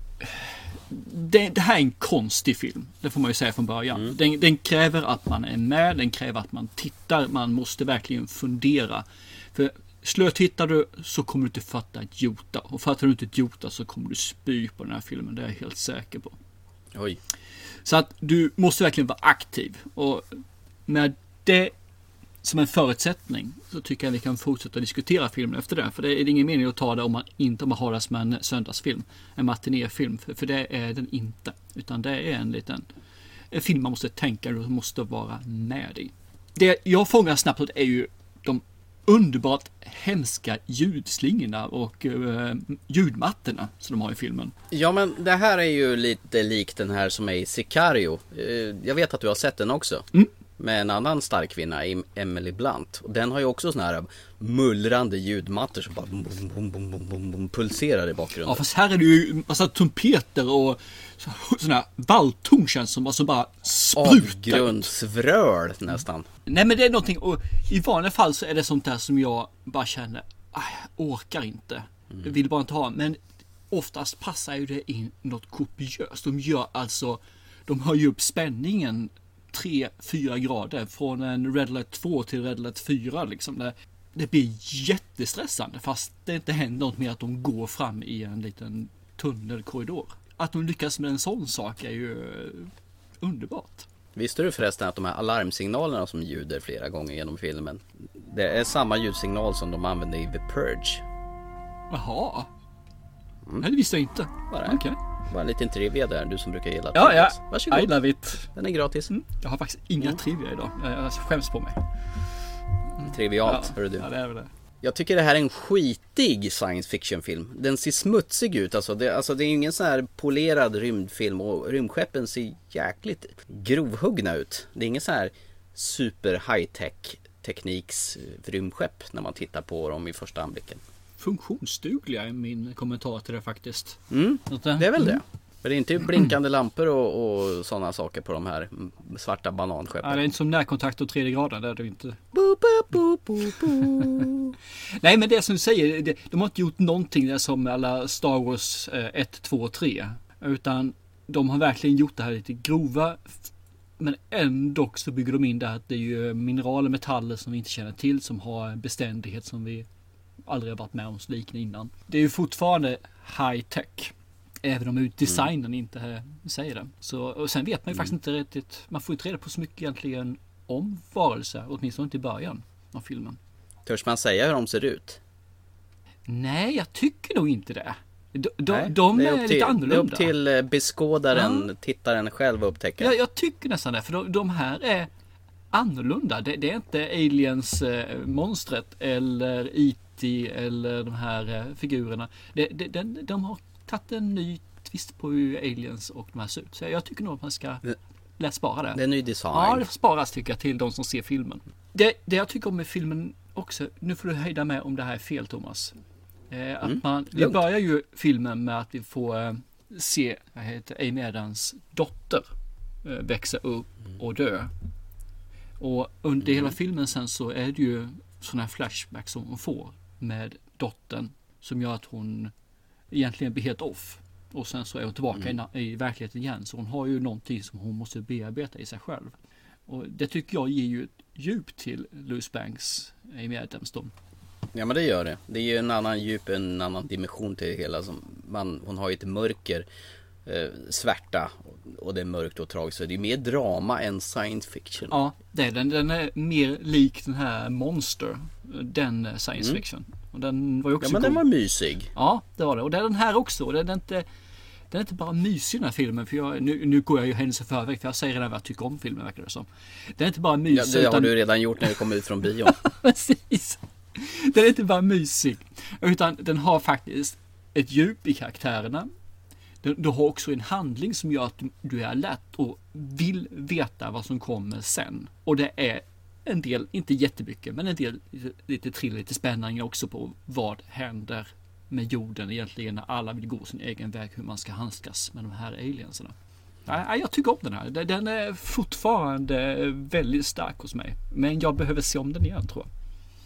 det, det här är en konstig film. Det får man ju säga från början. Mm. Den, den kräver att man är med, den kräver att man tittar. Man måste verkligen fundera. För slötittar du så kommer du inte fatta ett jota. Och fattar du inte ett jota så kommer du spy på den här filmen. Det är jag helt säker på. Oj. Så att du måste verkligen vara aktiv. Och med det som en förutsättning så tycker jag vi kan fortsätta diskutera filmen efter det. För det är ingen mening att ta det om man inte om man har det som en söndagsfilm. En matinéfilm. För, för det är den inte. Utan det är en liten en film man måste tänka och måste vara med i. Det jag fångar snabbt åt är ju de underbart hemska ljudslingorna och uh, ljudmattorna som de har i filmen. Ja, men det här är ju lite likt den här som är i Sicario. Uh, jag vet att du har sett den också. Mm. Med en annan stark kvinna, Emily Blunt. Och den har ju också såna här mullrande ljudmattor som bara bom, bom, bom, bom, bom, bom, pulserar i bakgrunden. Ja, fast här är det ju massa trumpeter och såna valthorn känns som alltså bara sprutar. Avgrundsvröl nästan. Nej, men det är någonting, och i vanliga fall så är det sånt där som jag bara känner, jag orkar inte. Mm. Jag vill bara inte ha. Men oftast passar ju det in något kopiöst. De gör alltså, de har ju upp spänningen tre fyra grader från en Red Alert två till Red Alert fyra liksom. Det, det blir jättestressande fast det inte händer något med att de går fram i en liten tunnelkorridor. Att de lyckas med en sån sak är ju underbart. Visste du förresten att de här alarmsignalerna som ljuder flera gånger genom filmen, det är samma ljudsignal som de använder i The Purge? Jaha. Mm. Nej, det visste jag inte. Okej. Okay. Bara en liten trivia där, du som brukar gilla. Ja, ja. Varsågod. I love it. Den är gratis. Mm. Jag har faktiskt inga mm. trivia idag. Jag skäms på mig. Mm. Trivialt, ja. hör du. Ja, det är väl det. Jag tycker det här är en skitig science fiction film. Den ser smutsig ut. Alltså det, alltså det är ingen sån här polerad rymdfilm. Och rymdskeppen ser jäkligt grovhuggna ut. Det är ingen sån här super high-tech tekniks rymdskepp när man tittar på dem i första anblicken. funktionsdugliga i min kommentar till det faktiskt. Mm, att, det är väl det. Men det är inte blinkande lampor och, och sådana saker på de här svarta bananskeppen. Ja, det är inte som närkontakt och tredje graden, det är det inte. Bo, bo, bo, bo, bo. Nej, men det som du säger, det, de har inte gjort någonting där som alla Star Wars ett, två och tre. Utan de har verkligen gjort det här lite grova. Men ändå så bygger de in det här att det är ju mineraler, metaller som vi inte känner till. Som har beständighet som vi aldrig har varit med om liknande innan. Det är ju fortfarande high tech. Även om designen mm. inte säger det. Så, och sen vet man ju mm. faktiskt inte riktigt. Man får inte reda på så mycket egentligen om varelser. Åtminstone inte i början av filmen. Törs man säga hur de ser ut? Nej, jag tycker nog inte det. De, de, Nej, de det är, är, är lite till, annorlunda. Det är upp till beskådaren, ja. tittaren själv att upptäcka. Ja, jag tycker nästan det. För de, de här är annorlunda. Det, det är inte Aliens eh, monstret eller E T eller de här eh, figurerna. Det, det, de, de har tagit en ny twist på hur aliens och de här ser ut. Så jag tycker nog att man ska lätt spara det. Det är en ny design. Ja, det får sparas tycker jag till de som ser filmen. Det, det jag tycker om med filmen också, nu får du höjda med om det här är fel Thomas. Eh, att Mm. man, vi börjar ju filmen med att vi får eh, se vad heter Amy Adams dotter eh, växa upp och dö. Och under mm. hela filmen sen så är det ju sådana här flashbacks som hon får med dottern som gör att hon egentligen blir helt off. Och sen så är hon tillbaka mm. i, i verkligheten igen. Så hon har ju någonting som hon måste bearbeta i sig själv. Och det tycker jag ger ju ett djup till Louise Banks, Amy Adams då. Ja, men det gör det. Det är ju en annan djup, en annan dimension till det hela. Som man, hon har ju ett mörker, eh, svärta och det är mörkt och tragiskt. Så det är mer drama än science fiction. Ja, det är den. Den är mer lik den här Monster, den science mm. fiction. Och den var ju också ja, men den var mysig. Ja, det var det. Och det är den här också. Den är inte, den är inte bara mysig den här filmen. För jag, nu, nu går jag ju händelser förväg. För jag säger redan vad jag tycker om filmen, verkar det som. Den är inte bara mysig. Ja, det utan... har du redan gjort när du kom ut från bion. Precis. Den är inte bara mysig. Utan den har faktiskt ett djup i karaktärerna. Du, du har också en handling som gör att du, du är alert och vill veta vad som kommer sen. Och det är en del, inte jättemycket, men en del lite, lite trill, lite spännande också på vad händer med jorden egentligen när alla vill gå sin egen väg, hur man ska handskas med de här alienserna. Ja, jag tycker om den här. Den är fortfarande väldigt stark hos mig. Men jag behöver se om den igen, tror jag.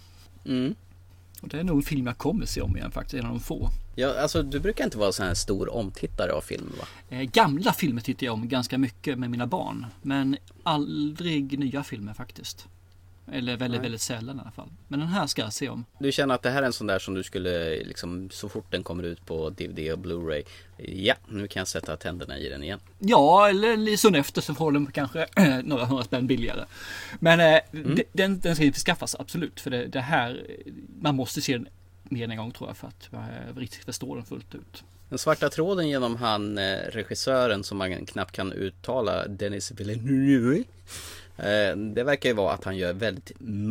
Mm. Och det är nog en film jag kommer se om igen faktiskt, en av de få. Ja, alltså du brukar inte vara så här stor omtittare av film, va? Eh, gamla filmer tittar jag om ganska mycket med mina barn. Men aldrig nya filmer faktiskt. Eller väldigt, Nej. väldigt sällan i alla fall. Men den här ska jag se om. Du känner att det här är en sån där som du skulle liksom, så fort den kommer ut på D V D och Blu-ray, ja, nu kan jag sätta tänderna i den igen. Ja, eller lite sån efter så får den kanske några hundra spänn billigare. Men eh, mm. den, den ska inte skaffas, absolut. För det, det här, man måste se den mer än en gång tror jag för att jag riktigt förstå den fullt ut. Den svarta tråden genom han eh, regissören som man knappt kan uttala, Denis Villeneuve. Eh, det verkar ju vara att han gör väldigt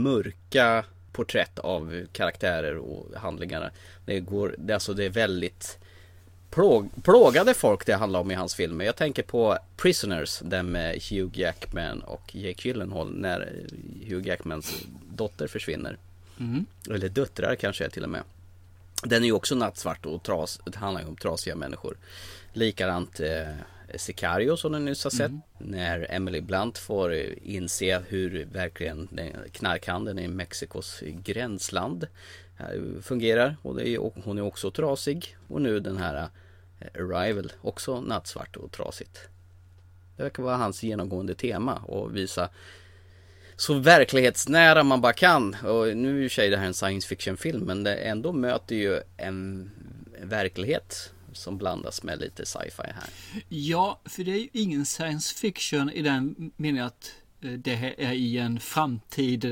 mörka porträtt av karaktärer och handlingarna. Det går, det, alltså det är väldigt plåg, plågade folk det handlar om i hans filmer. Jag tänker på Prisoners, den med Hugh Jackman och Jake Gyllenhaal när Hugh Jackmans dotter försvinner. Mm. Eller döttrar kanske till och med. Den är ju också nattsvart och tras, det handlar ju om trasiga människor. Likadant eh, Sicario som du nyss har sett. Mm. När Emily Blunt får inse hur verkligen knarkhandeln i Mexikos gränsland fungerar. Och det är, hon är också trasig. Och nu den här Arrival, också nattsvart och trasigt. Det verkar vara hans genomgående tema och visa så verklighetsnära man bara kan. Och nu är ju sig det här en science fiction film, men det ändå möter ju en verklighet som blandas med lite sci-fi här. Ja, för det är ju ingen science fiction i den meningen att det är i en framtid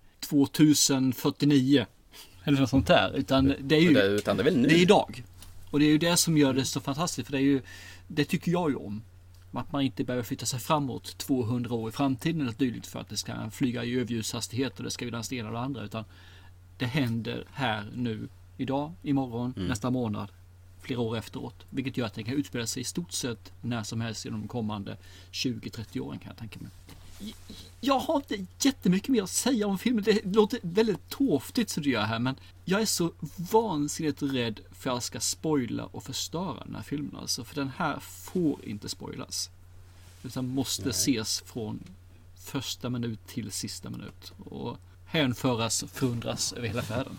tjugohundrafyrtionio eller något sånt där, utan det är ju det, utan det är väl nu. Det är idag. Och det är ju det som gör det så fantastiskt, för det är ju, det tycker jag ju om. Att man inte behöver flytta sig framåt tvåhundra år i framtiden eller dylikt för att det ska flyga i överljushastighet och det ska ju den ena och det andra, utan det händer här nu, idag, imorgon, mm. nästa månad, flera år efteråt, vilket gör att det kan utspela sig i stort sett när som helst i de kommande tjugo till trettio åren, kan jag tänka mig. jag har inte jättemycket mer att säga om filmen. Det låter väldigt tåftigt så det gör här, men jag är så vansinnigt rädd för att jag ska spoila och förstöra den här filmen. Alltså, för den här får inte spoilas. Utan måste Nej. ses från första minut till sista minut. Och hänföras och förundras över hela världen.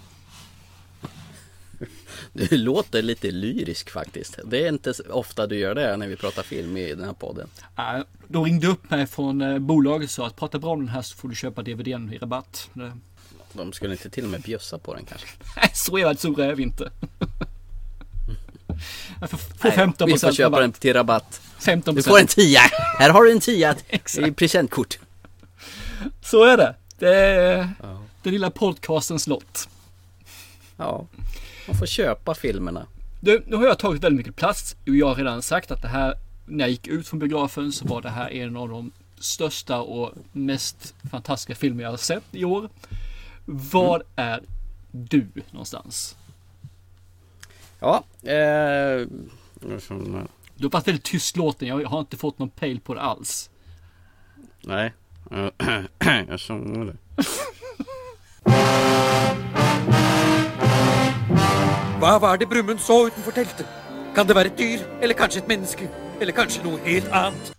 Du låter lite lyrisk faktiskt. Det är inte ofta du gör det när vi pratar film i den här podden. Äh, då ringde upp mig från eh, bolaget och sa att prata bra om den här så får du köpa D V D:n i rabatt. Det... De skulle inte till och med bjussa på den kanske. Nej, så är det så är vi inte. Jag får, får Nej, femton procent vi får köpa rabatt. Den till rabatt. femton procent. Du får en tia. Här har du en tia i presentkort. Så är det. Det är ja. Den lilla podcastens lott. Ja. Man får köpa filmerna. Du, nu har jag tagit väldigt mycket plats. Jag har redan sagt att det här, när jag gick ut från biografen så var det här en av de största och mest fantastiska filmer jag har sett i år. Var mm. är du någonstans? Ja. Eh... Du har varit väldigt tyst låten. Jag har inte fått någon pejl på det alls. Nej. Jag såg det. Hva var det Brumund så utenfor teltet? Kan det være et dyr, eller kanskje et menneske, eller kanskje noe helt annet?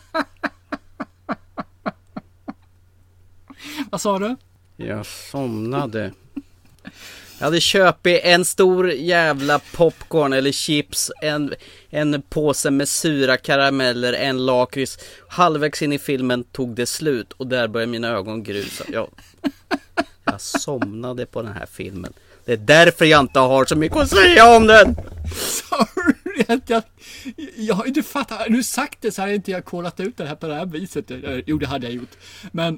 Vad sa du? Jag somnade. Jag hade köpt en stor jävla popcorn eller chips, en, en påse med sura karameller, en lakrits. Halvvägs in i filmen tog det slut och där började mina ögon grusa. Jag, jag somnade på den här filmen. Det är därför jag inte har så mycket att säga om den. Sorry, jag, jag, jag har inte fattat. Nu sagt det så hade inte jag kollat ut det här på det här viset. Jo, det hade jag gjort. Men...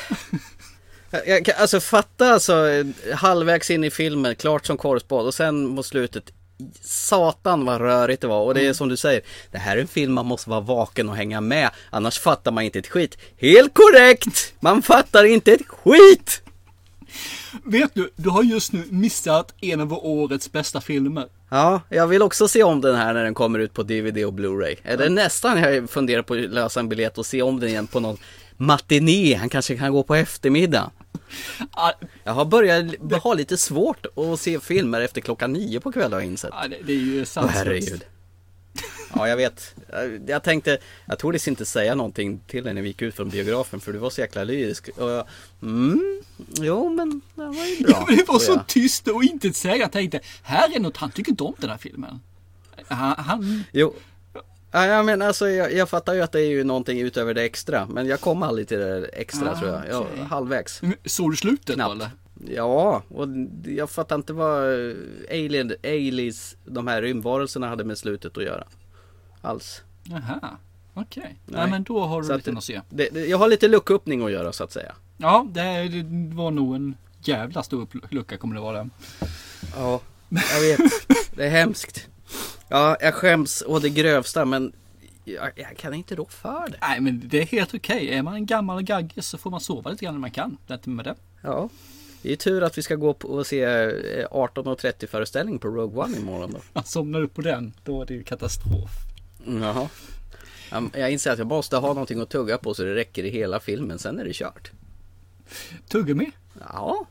jag kan alltså fatta alltså, halvvägs in i filmen, klart som korvspad. Och sen mot slutet, satan vad rörigt det var. Och det är som du säger, det här är en film man måste vara vaken och hänga med. Annars fattar man inte ett skit. Helt korrekt! Man fattar inte ett skit! Vet du, du har just nu missat en av årets bästa filmer. Ja, jag vill också se om den här när den kommer ut på D V D och Blu-ray. Är det nästan jag funderar på att lösa en biljett och se om den igen på någon matiné. Han kanske kan gå på eftermiddag. Jag har börjat ha lite svårt att se filmer efter klockan nio på kvällen har jag insett. Ja, det, det är ju sant. Herregud. Ja, jag vet. Jag tänkte, jag trodde inte säga någonting till dig när vi gick ut från biografen för du var så jäkla lyrisk. Och jag, mm, jo men det var ju bra. Ja, det var så tyst och inte säga. Jag tänkte, här är något, han tycker inte om den här filmen. Han... han... Jo. Ja, jag men alltså jag, jag fattar ju att det är ju någonting utöver det extra. Men jag kom aldrig till det extra ah, tror jag. jag okay. Halvvägs. Såg du slutet Knappt. Då, eller? Ja, och jag fattar inte vad Alien, Aliens, de här rymdvarelserna hade med slutet att göra. Alls. Jaha, okej. Okay. Nej, men då har du så lite att, att se. Det, det, jag har lite luckuppning att göra så att säga. Ja, det, det var nog en jävla stor lucka kommer det vara. Ja, jag vet. Det är hemskt. Ja, jag skäms å det grövsta, men jag, jag kan inte rå för det. Nej, men det är helt okej. Okay. Är man en gammal gaggis så får man sova lite grann när man kan. Det är inte med det. Ja, det är tur att vi ska gå på och se arton och trettio föreställning på Rogue One imorgon då. Jag somnar upp på den, då är det ju katastrof. Jaha. Jag inser att jag måste ha någonting att tugga på så det räcker i hela filmen. Sen är det kört. Tugga med? Ja.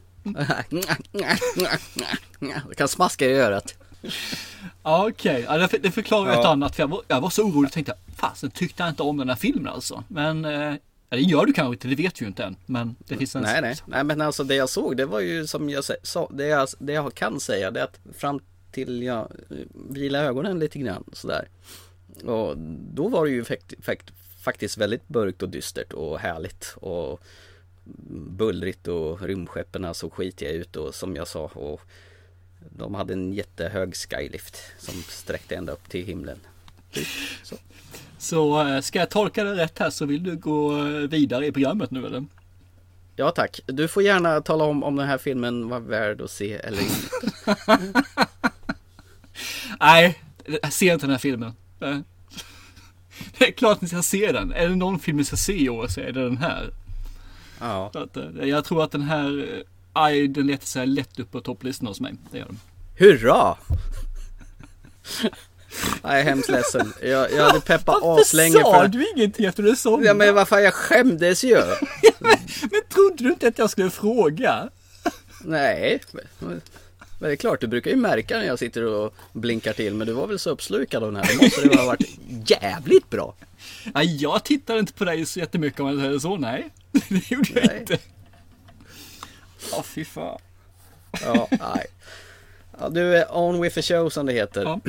Det kan smaska i örat. Ja, okej. Okay. Ja, det förklarar ja. Ett annat. För jag, var, jag var så orolig och tänkte, fasen tyckte jag inte om den här filmen alltså. Men eh, det gör du kanske inte, det vet du ju inte än. Men det finns en... Nej, nej. Nej, men alltså det jag såg, det var ju som jag sa. Det jag, det jag kan säga, det är att fram till jag vila ögonen lite grann sådär. Och då var det ju fakt, fakt, faktiskt väldigt burkt och dystert och härligt och bullrigt och rymdskeppen så skitiga ut och som jag sa och de hade en jättehög skylift som sträckte ända upp till himlen. Så. Så ska jag tolka det rätt här så vill du gå vidare i programmet nu eller? Ja tack. Du får gärna tala om om den här filmen var värd att se eller inte. Nej, jag ser inte den här filmen. Det är klart att ni ska se den. Är det någon film ni ska se i år så är det den här. Ja. Att, jag tror att den här aj, den letar sig lätt upp på topplistan hos mig. Det gör den. Hurra! Jag är hemskt ledsen. Jag, jag hade peppat aslänge för... Varför sa för... du ingenting efter det sa? Ja, men varför jag skämdes ju. Men trodde du inte att jag skulle fråga? Nej. Men det är klart, du brukar ju märka när jag sitter och blinkar till. Men du var väl så uppslukad av den här. Då måste det ha varit jävligt bra. Ja, jag tittade inte på dig så jättemycket om man säger så, nej. Det gjorde jag inte. Ja, fy fan. Ja, nej. Ja, du är on with the show som det heter. Ja.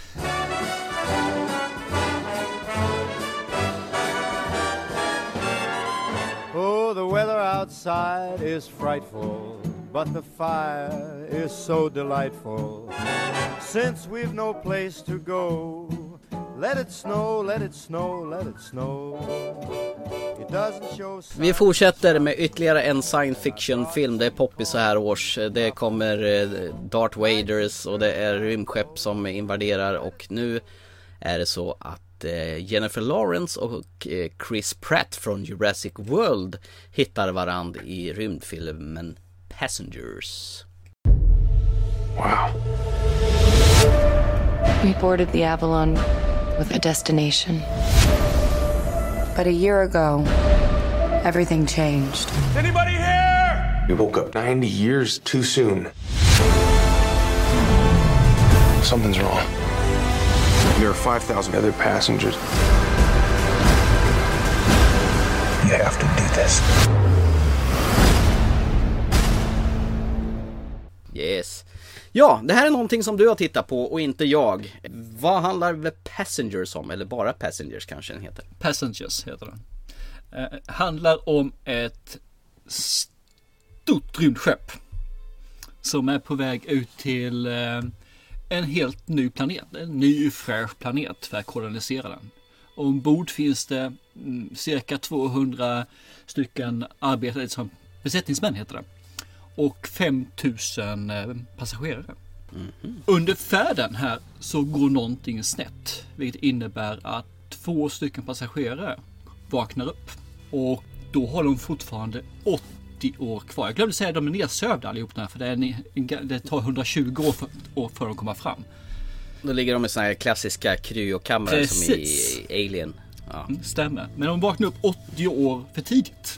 Oh, the weather outside is frightful, but the fire is so delightful. Since we've no place to go, let it snow, let it snow, let it snow. It doesn't show. Vi fortsätter med ytterligare en science fiction film. Det är poppis så här års. Det kommer Darth Vaders och det är rymdskepp som invaderar. Och nu är det så att Jennifer Lawrence och Chris Pratt från Jurassic World hittar varandra i rymdfilmen Passengers. Wow. We boarded the Avalon with a destination. But a year ago, everything changed. Anybody here? We woke up ninety years too soon. Something's wrong. There are five thousand other passengers. You have to do this. Yes. Ja, det här är någonting som du har tittat på och inte jag. Vad handlar The Passengers om? Eller bara Passengers kanske den heter? Passengers heter den. Eh, handlar om ett stort rymdskepp som är på väg ut till eh, en helt ny planet. En ny fräsch planet för att kolonisera den. Och ombord finns det mm, cirka tvåhundra stycken arbetare som besättningsmän heter det. Och fem tusen eh, passagerare. Mm-hmm. Under färden här så går någonting snett. Vilket innebär att två stycken passagerare vaknar upp. Och då har de fortfarande åttio år kvar. Jag glömde säga att de är nedsövda allihop där. För det, är en, en, det tar hundratjugo år för, år för att komma fram. Då ligger de i såna här klassiska kryokammare som i Alien. Ja. Mm, stämmer. Men de vaknar upp åttio år för tidigt.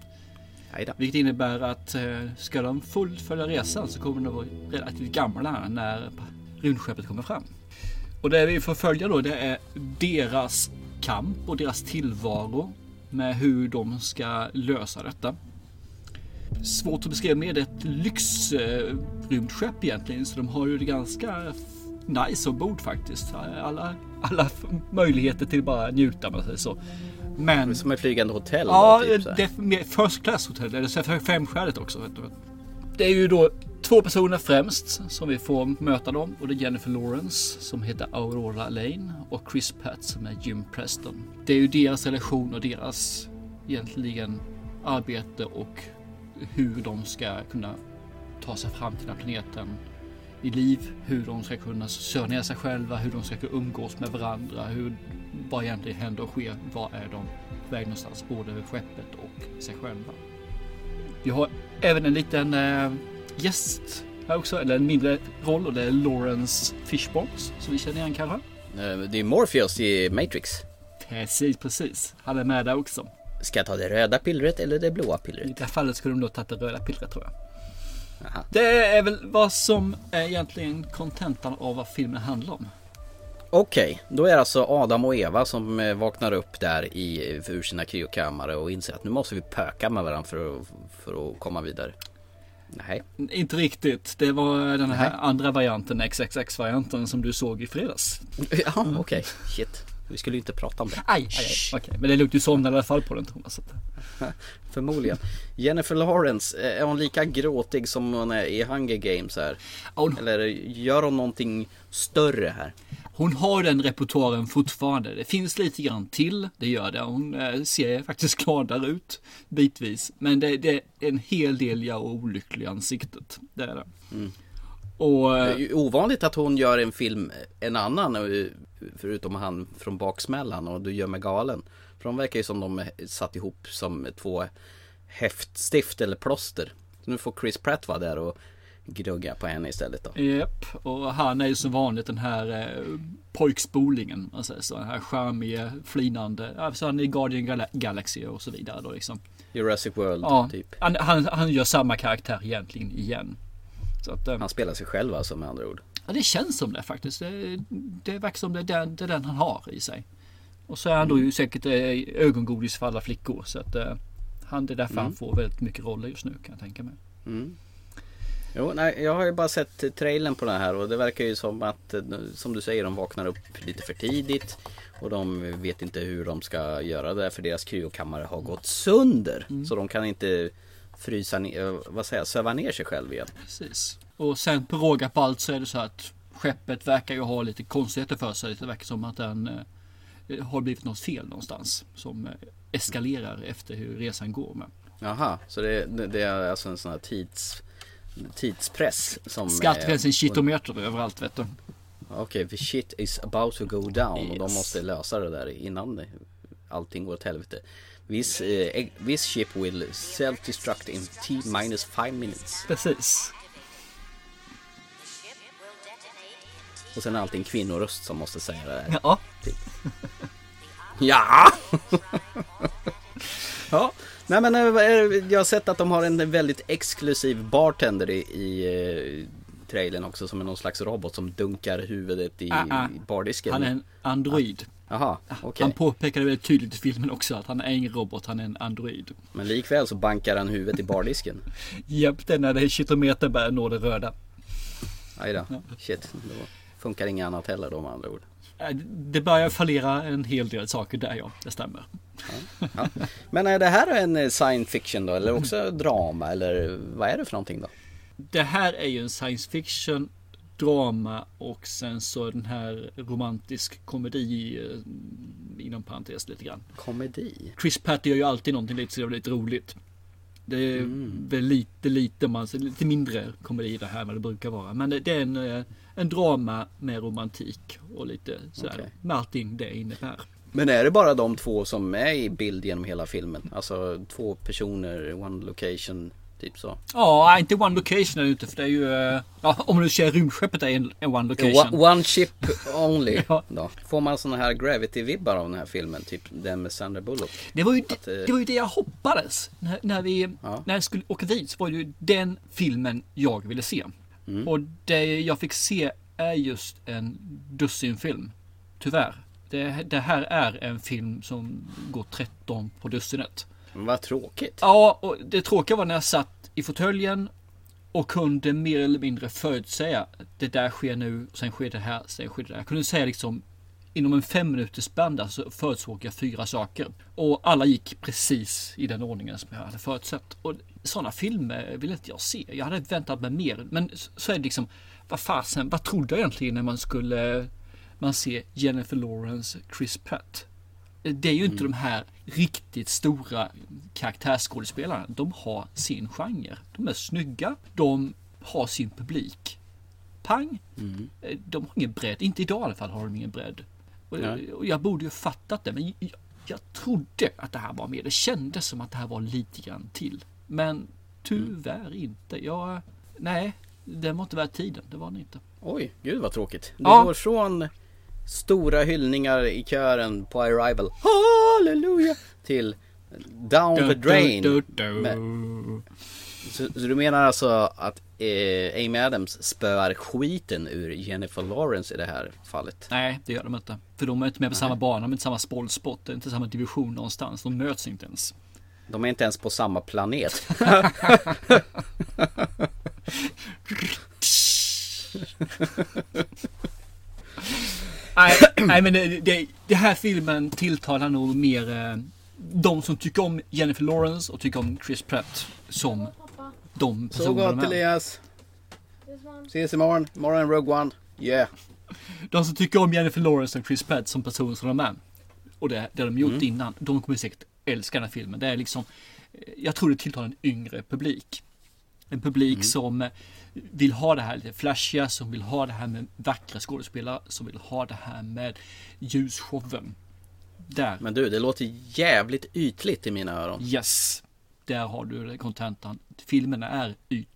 Vilket innebär att ska de fullfölja resan så kommer de vara relativt gamla när rymdskeppet kommer fram. Och det vi får följa då, det är deras kamp och deras tillvaro med hur de ska lösa detta. Svårt att beskriva med ett lyxrymdskepp egentligen, så de har ju det ganska nice ombord faktiskt. Alla, alla möjligheter till bara njuta med sig så. Men, som ett flygande hotell. Ja, då, typ, det är first class hotell. Eller så femstjärnigt också. Vet du. Det är ju då två personer främst som vi får möta dem. Och det är Jennifer Lawrence som heter Aurora Lane. Och Chris Pratt som är Jim Preston. Det är ju deras relation och deras egentligen arbete och hur de ska kunna ta sig fram till den här planeten i liv, hur de ska kunna sörja sig själva, hur de ska kunna umgås med varandra, hur, vad egentligen händer och sker, vad är de på väg någonstans, både skeppet och sig själva. Vi har även en liten äh, gäst här också, eller en mindre roll, och det är Lawrence Fishburne som vi känner igen kanske. Det är Morpheus i Matrix. Precis, precis. Han är med där också. Ska jag ta det röda pillret eller det blåa pillret? I det här fallet skulle de nog ta det röda pillret, tror jag. Aha. Det är väl vad som är egentligen kontentan av vad filmen handlar om. Okej, okay, då är det alltså Adam och Eva som vaknar upp där i, ur sina kryokammare och inser att nu måste vi pöka med varandra för att, för att komma vidare. Nej. Inte riktigt. Det var den här Nej. andra varianten, X X X-varianten som du såg i fredags. Ja, okej. Okay. Shit. Vi skulle ju inte prata om det. Aj, aj, aj. Okej, okay. Men det luktar ju somna i alla fall på den, Thomas. Förmodligen. Jennifer Lawrence, är hon lika gråtig som hon är i Hunger Games här? Hon... Eller gör hon någonting större här? Hon har den repertoaren fortfarande. Det finns lite grann till, det gör det. Hon eh, ser faktiskt gladare ut bitvis. Men det, det är en hel del jag och olycklig ansiktet. Det är det. Mm. Och, det är ju ovanligt att hon gör en film, en annan, förutom han från Baksmällan och Du gör mig galen. För de verkar ju som de är satt ihop som två häftstift eller plåster. Så nu får Chris Pratt vara där och gnugga på henne istället då. Japp, och han är ju som vanligt den här eh, pojkspolingen, alltså, så den här charmiga, flinande, alltså han är i Guardian Gal- Galaxy och så vidare då liksom. Jurassic World ja, typ. Han, han, han gör samma karaktär egentligen igen. Så att, eh, han spelar sig själv alltså med andra ord. Ja, det känns som det faktiskt. Det, det verkar som det är, den, det är den han har i sig. Och så är han då ju säkert eh, ögongodis för alla flickor, så att eh, han, det är därför mm. han får väldigt mycket roller just nu, kan jag tänka mig. Mm. Jo, nej, jag har ju bara sett trailern på det här och det verkar ju som att, som du säger, de vaknar upp lite för tidigt och de vet inte hur de ska göra det för deras kryokammare har gått sönder. Mm. Så de kan inte frysa ner, vad säger jag, söva ner sig själv igen. Precis. Och sen på råga på allt så är det så att skeppet verkar ju ha lite konstigheter för sig. Det verkar som att den eh, har blivit något fel någonstans som eh, eskalerar efter hur resan går med. Jaha, så det, det är alltså en sån här tids... tidspress som skattgränsen shitometer överallt, vet du. Okej, okay, the shit is about to go down. Yes. Och de måste lösa det där innan allting går åt helvete. This, uh, this ship will self-destruct in T minus five minutes. Precis. Och sen är allting kvinnoröst som måste säga det där. Ja. Typ. Ja. Ja. Nej, men jag har sett att de har en väldigt exklusiv bartender i, i trailern också, som är någon slags robot som dunkar huvudet i, uh, uh. i bardisken. Han är en android. Jaha, okej. Okay. Han påpekade väldigt tydligt i filmen också att han är ingen robot, han är en android. Men likväl så bankar han huvudet i bardisken. Japp, det är när det är kilometer börjar nå det röda. Aj då, shit. Då funkar inget annat heller då med andra ord. Det börjar fallera en hel del saker där, ja, det stämmer. Ja, ja. Men är det här en science fiction då, eller också drama, eller vad är det för någonting då? Det här är ju en science fiction, drama och sen så den här romantisk komedi inom parentes lite grann. Komedi? Chris Pratt gör ju alltid någonting lite, så lite roligt. Det är mm. väl lite, lite, man, lite mindre komedi det här än vad det brukar vara. Men det, det är en, en drama med romantik och lite sådär, okay. Med allting det innebär. Men är det bara de två som är i bild genom hela filmen? Alltså två personer, one location, typ så? Ja, inte one location är det inte, för det är ju, ja, om du ser rymdskeppet är en, en one location. One, one ship only. Ja. Då. Får man såna här gravity-vibbar av den här filmen, typ den med Sandra Bullock? Det var ju, att, det, det var ju det jag hoppades. När, när vi ja. när jag skulle åka dit så var det ju den filmen jag ville se. Mm. Och det jag fick se är just en dussinfilm. Tyvärr. Det, det här är en film som går tretton på dussinet. Men vad tråkigt. Ja, och det tråkiga var när jag satt i fåtöljen och kunde mer eller mindre förutsäga det där sker nu, sen sker det här, sen sker det där. Jag kunde säga liksom inom en fem minuters band så förutsåg jag fyra saker. Och alla gick precis i den ordningen som jag hade förutsett. Och sådana filmer vill inte jag se. Jag hade väntat mig mer. Men så är det liksom, vad fasen, vad trodde jag egentligen när man skulle man se Jennifer Lawrence, Chris Pratt? Det är ju inte mm. de här riktigt stora karaktärsskådespelarna. De har sin genre. De är snygga. De har sin publik. Pang. Mm. De har ingen bredd. Inte idag i alla fall har de ingen bredd. Och, och jag borde ju fattat det. Men jag, jag trodde att det här var med. Det kändes som att det här var lite grann till. Men tyvärr mm. inte. Jag, nej, det var inte värt tiden. Det var det inte. Oj, gud vad tråkigt. Du ja. går från stora hyllningar i kören på Arrival, halleluja, till Down du, the Drain. Du, du, du. Men, så, så du menar alltså att eh, Amy Adams spöar skiten ur Jennifer Lawrence i det här fallet? Nej, det gör de inte. För de är inte med på Nej. samma bana, de är inte samma spolspot, det är inte samma division någonstans. De möts inte ens. De är inte ens på samma planet. nej, nej, men det, det, det här filmen tilltalar nog mer eh, de som tycker om Jennifer Lawrence och tycker om Chris Pratt som de personerna. Så gott, Elias. Ses imorgon. Imorgon Rogue One. Yeah. De som tycker om Jennifer Lawrence och Chris Pratt som personer som de är. Och det, det de gjort mm. innan. De kommer säkert älska den här filmen. Det är liksom, jag tror det tilltalar en yngre publik. En publik mm. som vill ha det här lite flashiga, som vill ha det här med vackra skådespelare, som vill ha det här med ljusshowen. Där. Men du, det låter jävligt ytligt i mina öron. Yes, där har du kontentan. Filmerna är ytlig.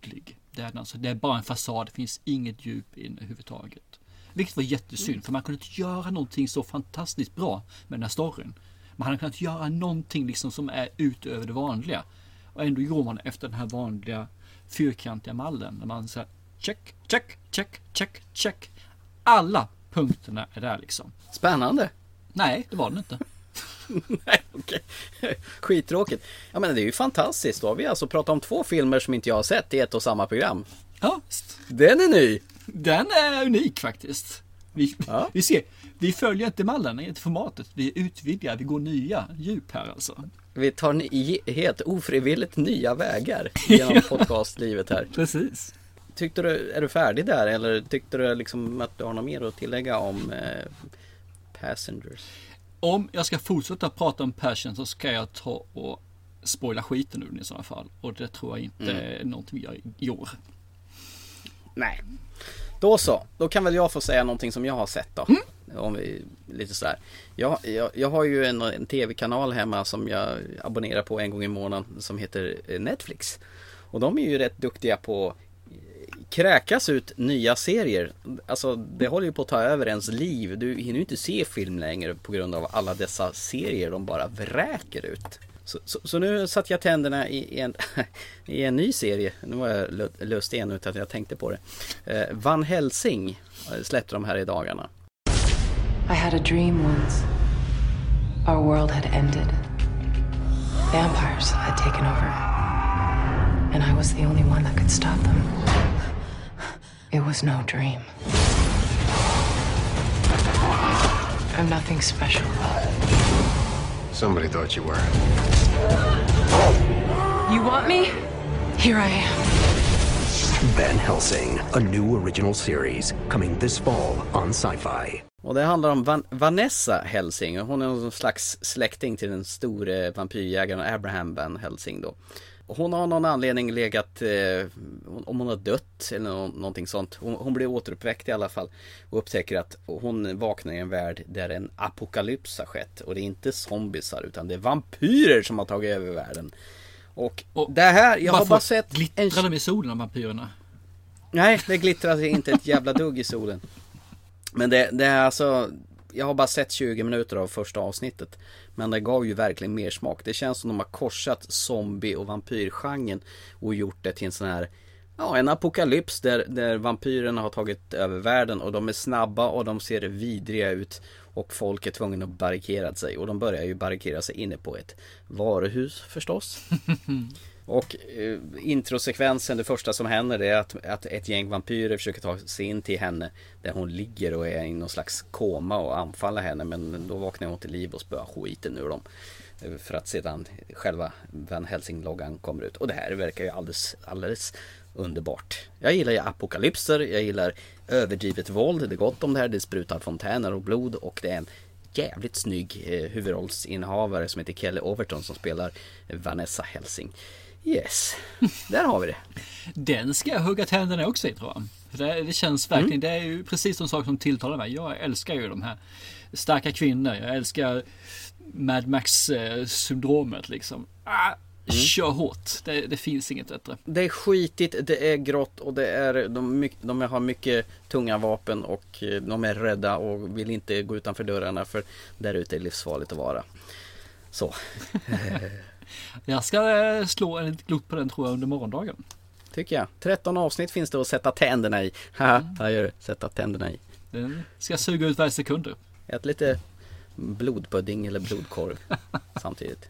Det är, alltså, det är bara en fasad, det finns inget djup in överhuvudtaget. Vilket var jättesynd, mm. för man kunde inte göra någonting så fantastiskt bra med den här storyn. Man hade kunnat göra någonting liksom som är utöver det vanliga. Och ändå går man efter den här vanliga fyrkantiga mallen. När man säger check, check, check, check, check. Alla punkterna är där liksom. Spännande. Nej, det var det inte. Nej, okej. Skittråkigt. Ja, men det är ju fantastiskt. Då har vi alltså pratat om två filmer som inte jag har sett i ett och samma program. Ja. Den är ny. Den är unik faktiskt. Vi, ja. vi ser, vi följer inte mallen, inte formatet. Vi utvidgar, vi går nya djup här alltså. Vi tar ni, helt ofrivilligt nya vägar genom podcastlivet här. Precis. Tyckte du, är du färdig där eller tyckte du liksom att du har något mer att tillägga om eh, Passengers? Om jag ska fortsätta prata om Passion så ska jag ta och spoila skiten ur i sådana fall. Och det tror jag inte mm. är någonting jag gör. Nej. Då så. Då kan väl jag få säga någonting som jag har sett då. Mm. Om vi, lite så här. Jag, jag, jag har ju en, en tv-kanal hemma som jag abonnerar på en gång i månaden som heter Netflix. Och de är ju rätt duktiga på kräkas ut nya serier. Alltså det håller ju på att ta över ens liv. Du hinner ju inte se film längre på grund av alla dessa serier de bara vräker ut. Så, så, så nu satt jag tänderna i en, i en ny serie. Nu var jag löst igen utan att jag tänkte på det. Eh, Van Helsing släppte de här i dagarna. I had a dream once. Our world had ended. Vampires had taken over. And I was the only one that could stop them. It was no dream. I'm nothing special. Somebody thought you were. You want me? Here I am. Van Helsing, a new original series coming this fall on Sci-Fi. Och det handlar om Van- Vanessa Helsing. Hon är någon slags släkting till den store vampyrjägaren Abraham Van Helsing då. Hon har någon anledning legat, eh, om hon har dött eller no- någonting sånt. Hon, hon blir återuppväckt i alla fall och upptäcker att hon vaknar i en värld där en apokalyps har skett. Och det är inte zombiesar utan det är vampyrer som har tagit över världen. Och, och det här, jag har bara sett... Glittrar de i solen av vampyrerna? Nej, det glittrar inte ett jävla dugg i solen. Men det, det är alltså... Jag har bara sett tjugo minuter av första avsnittet. Men det gav ju verkligen mer smak. Det känns som de har korsat zombie- och vampyrgenren och gjort det till en sån här... Ja, en apokalyps där, där vampyrerna har tagit över världen och de är snabba och de ser vidriga ut och folk är tvungna att barrikera sig och de börjar ju barrikera sig inne på ett varuhus förstås. Och eh, introsekvensen, det första som händer det är att, att ett gäng vampyrer försöker ta sig in till henne där hon ligger och är i någon slags koma och anfalla henne, men då vaknar hon till liv och spöar skiten ur dem. För att sedan själva Van Helsing-loggan kommer ut. Och det här verkar ju alldeles, alldeles underbart. Jag gillar ju apokalypser, jag gillar överdrivet våld, det är gott om det här, det sprutar fontäner och blod och det är en jävligt snygg eh, huvudrollsinnehavare som heter Kelly Overton som spelar Vanessa Helsing. Yes, där har vi det. Den ska jag hugga tänderna också i, tror jag. För det, det känns verkligen, mm. det är ju precis de saker som tilltalar mig. Jag älskar ju de här starka kvinnor. Jag älskar Mad Max-syndromet liksom. Ah, mm. Kör hårt, det, det finns inget bättre. Det är skitigt, det är grått och det är, de, de har mycket tunga vapen och de är rädda och vill inte gå utanför dörrarna för där ute är livsfarligt att vara. Så. Jag ska slå en glott på den, tror jag, under morgondagen. Tycker jag. tretton avsnitt finns det att sätta tänderna i. Haha, jag gör det. Sätta tänderna i. Den ska suga ut varje sekund. Ät lite blodpudding eller blodkorv samtidigt.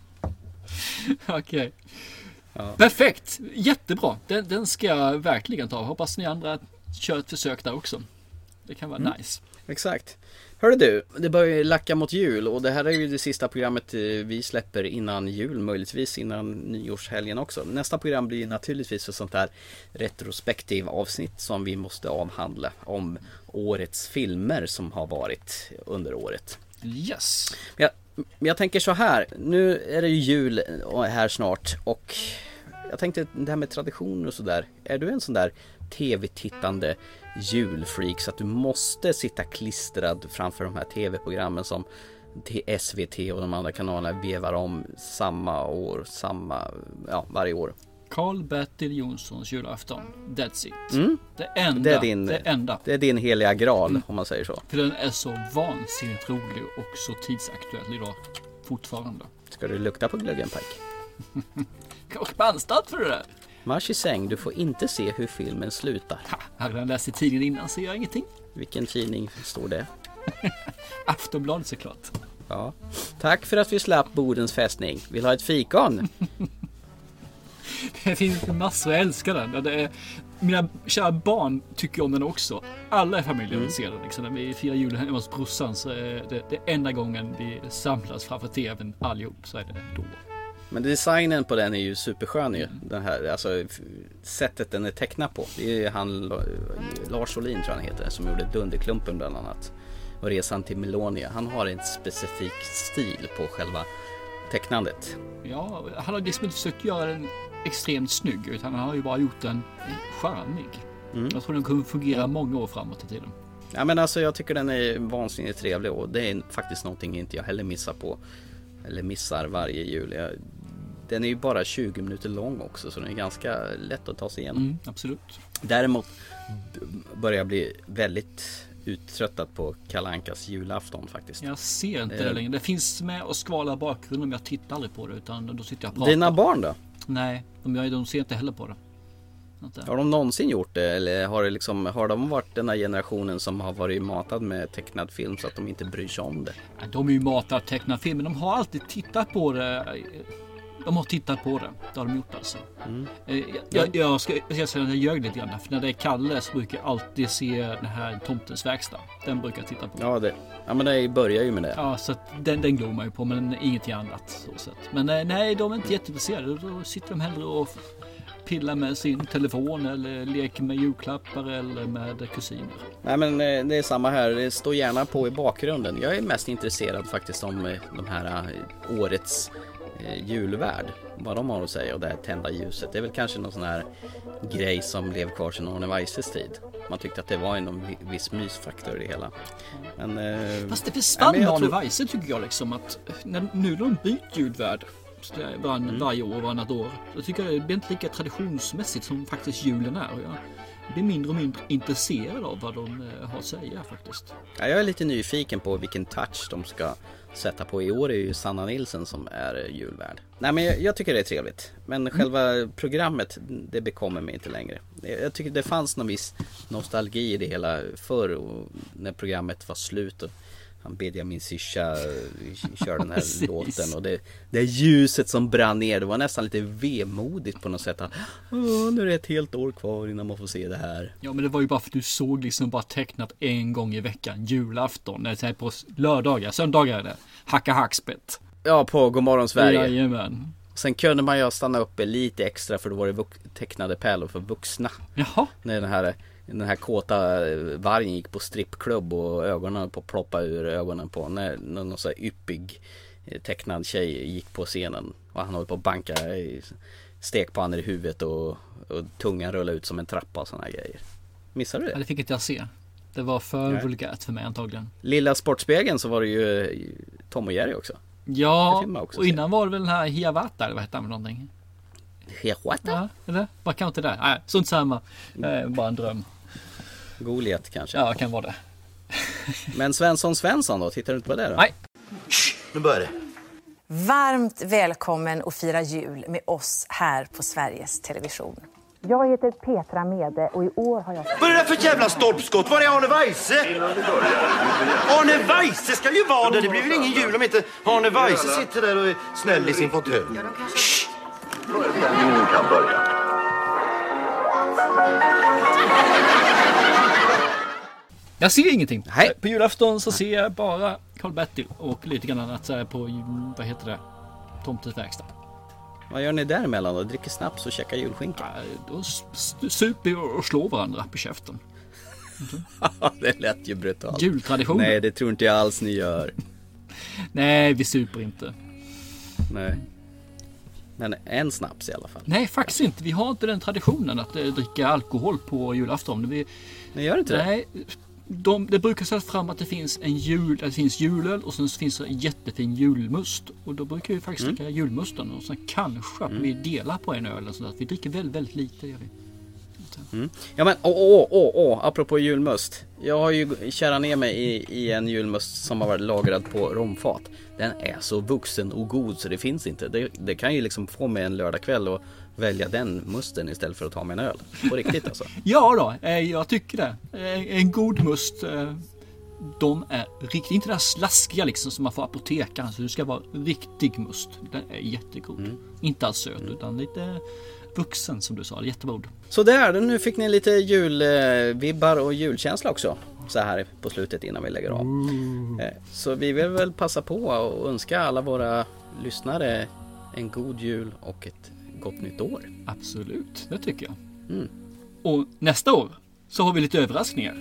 Okej. Okay. Ja. Perfekt. Jättebra. Den, den ska jag verkligen ta. Hoppas ni andra kör ett försök där också. Det kan vara mm. nice. Exakt. Hörru du, det börjar ju lacka mot jul och det här är ju det sista programmet vi släpper innan jul, möjligtvis innan nyårshelgen också. Nästa program blir naturligtvis ett sånt här retrospektiv avsnitt som vi måste avhandla om årets filmer som har varit under året. Yes. Men jag, jag tänker så här, nu är det ju jul här snart och jag tänkte det här med traditioner och sådär. Är du en sån där tv-tittande julfreak så att du måste sitta klistrad framför de här tv-programmen som S V T och de andra kanalerna vevar om samma år, samma, ja, varje år? Karl-Bertil Jonssons julafton. That's it. Mm. Det enda. Det är din, det enda. Det är din heliga graal, mm. om man säger så. För den är så vansinnigt rolig och så tidsaktuell idag fortfarande. Ska du lukta på glöggen, Pike? Kanske på anstalt för det där. Marsch i säng, du får inte se hur filmen slutar. Ha, hade jag läst i tidningen innan så gör jag ingenting. Vilken tidning står det? Aftonbladet såklart. Ja. Tack för att vi slapp Bodens fästning. Vill ha ett fikon? Det finns massor, jag älskar den. Det är, mina kära barn tycker om den också. Alla i familjen mm. ser den. Liksom. När vi firar jul hemma hos brorsan så är det, det enda gången vi samlas framför tvn allihop så är det då. Men designen på den är ju superskön ju. Den här, alltså sättet den är tecknad på. Det är han Lars Olin tror jag han heter, som gjorde Dunderklumpen bland annat. Och Resan till Melonia. Han har en specifik stil på själva tecknandet. Ja, han har liksom inte försökt göra den extremt snygg, utan han har ju bara gjort den charmig. Mm. Jag tror den kommer fungera många år framåt i tiden. Ja, men alltså jag tycker den är vansinnigt trevlig och det är faktiskt någonting inte jag heller missar på. Eller missar varje jul. Jag, den är ju bara tjugo minuter lång också, så den är ganska lätt att ta sig igenom. Mm, absolut. Däremot börjar jag bli väldigt uttröttad på Kalle Ankas julafton faktiskt. Jag ser inte det längre. Det finns med och skvalar bakgrunden, men jag tittar aldrig på det, utan då sitter jag och pratar. Dina barn då? Nej, de, de ser inte heller på det. Har de någonsin gjort det? Eller har, det liksom, har de varit den här generationen som har varit matad med tecknad film så att de inte bryr sig om det? De är ju matade tecknad film, men de har alltid tittat på det. De har tittat på det. Det har de gjort alltså. Mm. Jag, jag, jag ska jag säga att jag ljög lite grann. För när det är Kalle så brukar jag alltid se den här Tomtens verkstad. Den brukar jag titta på. Ja, det, ja men det börjar ju med det. Ja, så att den, den glor man ju på, men ingenting annat. Så sätt. Men nej, de är inte jätteintresserade. Då sitter de hellre och pillar med sin telefon eller leker med julklappar eller med kusiner. Nej, men det är samma här. Det står gärna på i bakgrunden. Jag är mest intresserad faktiskt om de här årets julvärd, vad de har att säga, och det här tända ljuset. Det är väl kanske någon sån här grej som lever kvar sedan Arne Weises tid. Man tyckte att det var en viss mysfaktor i det hela. Men, eh, fast det försvann nej, Arne tror... Weise tycker jag liksom att när, nu när de byter julvärd var, mm. varje år, varannat år, så tycker jag det blir inte lika traditionsmässigt som faktiskt julen är. Jag blir mindre och mindre intresserad av vad de har att säga faktiskt. Ja, jag är lite nyfiken på vilken touch de ska sätta på. I år är ju Sanna Nilsson som är julvärd. Nej, men jag, jag tycker det är trevligt. Men mm. själva programmet, det bekommer mig inte längre. Jag tycker det fanns någon viss nostalgi i det hela förr, och när programmet var slut och han Benjamin Sisha kör den här låten och det, det ljuset som brann ner, det var nästan lite vemodigt på något sätt. Åh, nu är det ett helt år kvar innan man får se det här. Ja, men det var ju bara för att du såg liksom bara tecknat en gång i veckan, julafton, eller på lördagar, söndagar är det, hacka hackspett. Ja, på Godmorgon Sverige. Jajamän. Sen kunde man ju stanna uppe lite extra för då var det vux- tecknade pärlor för vuxna. Jaha. När den här Den här kåta vargen gick på strippklubb och ögonen på ploppa ur ögonen på när någon så här yppig tecknad tjej gick på scenen och han höll på att banka stekpannor i huvudet och, och tungan rullade ut som en trappa och såna här grejer. Missade du det? Ja, det fick inte jag se. Det var för Nej. vulgärt för mig antagligen. Lilla Sportspegeln så var det ju Tom och Jerry också. Ja, också och se. Innan var det väl den här Hiawatha eller vad hette han för någonting? Hiawatha? Ja, eller? Vad kan inte det? Nej, sånt samma. Eh, bara en dröm. Goliat kanske. Ja, kan vara det. Men Svensson Svensson då? Tittar du inte på det då? Nej. Shh, nu börjar det. Varmt välkommen att fira jul med oss här på Sveriges Television. Jag heter Petra Mede och i år har jag... Vad är det där för jävla stolpskott? Var är Arne Weise? Arne Weise ska ju vara där. Det blir väl ingen jul om inte Arne Weise sitter där och är snäll i sin fåtölj. Shh! Ingen kan börja. Jag ser ingenting. Nej. På julafton så ser jag bara Karl-Bertil och lite grann annat så här på, vad heter det, Tomtens verkstad. Vad gör ni däremellan då? Dricker snaps och käkar julskinka? Ja, då super vi och slår varandra på käften. Det lät ju brutalt. Jultradition. Nej, det tror inte jag alls ni gör. Nej, vi super inte. Nej. Men en snaps i alla fall. Nej, faktiskt inte. Vi har inte den traditionen att eh, dricka alkohol på julafton. Vi, ni gör inte nej, det? de, det brukar sägas fram att det finns en jul, det finns julöl och sen finns det en jättefin julmust. Och då brukar vi faktiskt mm. dricka julmusten och sen kanske mm. vi delar på en öl. Så att vi dricker väldigt, väldigt lite. Gör vi. Mm. Ja men åh, åh, åh, åh, apropå julmust. Jag har ju kärat ner mig i, i en julmust som har varit lagrad på romfat. Den är så vuxen och god så det finns inte. Det, det kan ju liksom få mig en lördagkväll och välja den musten istället för att ta mig en öl. På riktigt alltså. Ja då, jag tycker det. En god must, de är riktigt, inte det där slaskiga liksom som man får apoteka. Alltså det ska vara riktig must. Den är jättegod. Mm. Inte alls söt mm. utan lite vuxen som du sa, jättebord. Så där, nu fick ni lite julvibbar och julkänsla också. Så här på slutet innan vi lägger av. Mm. Så vi vill väl passa på och önska alla våra lyssnare en god jul och ett gott nytt år. Absolut, det tycker jag. Mm. Och nästa år så har vi lite överraskningar.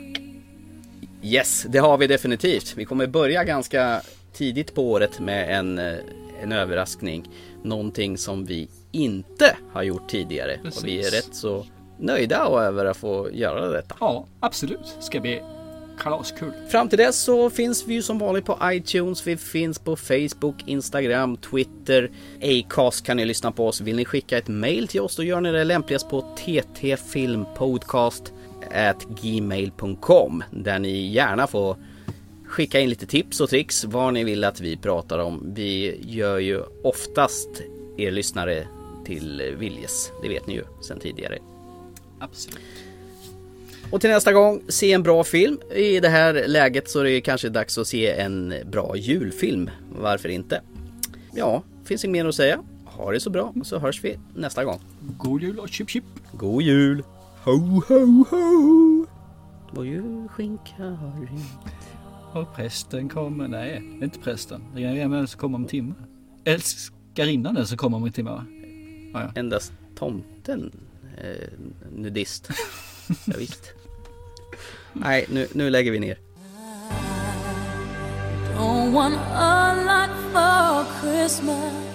Yes, det har vi definitivt. Vi kommer börja ganska tidigt på året med en, en överraskning. Någonting som vi inte har gjort tidigare. Precis. Och vi är rätt så nöjda över att få göra detta. Ja, absolut. Ska bli kalaskul. Fram till dess så finns vi ju som vanligt på iTunes. Vi finns på Facebook, Instagram, Twitter. Acast kan ni lyssna på oss. Vill ni skicka ett mail till oss då gör ni det lämpligast på ttfilmpodcast at gmail dot com där ni gärna får skicka in lite tips och tricks vad ni vill att vi pratar om. Vi gör ju oftast er lyssnare till viljes. Det vet ni ju sedan tidigare. Absolut. Och till nästa gång, se en bra film. I det här läget så är det kanske dags att se en bra julfilm. Varför inte? Ja, finns det mer att säga. Ha det så bra så hörs vi nästa gång. God jul och chip chip. God jul. Ho ho ho. Vår julskinka har ringt. Och prästen kommer. Nej, inte prästen. Det är en som kommer om en timme. Älskarinnan den som kommer om en timme. Va? Ah, ja. Endast tomten eh, nudist. Ja, visst. Nej, nu, nu lägger vi ner. Don't want a lot for Christmas.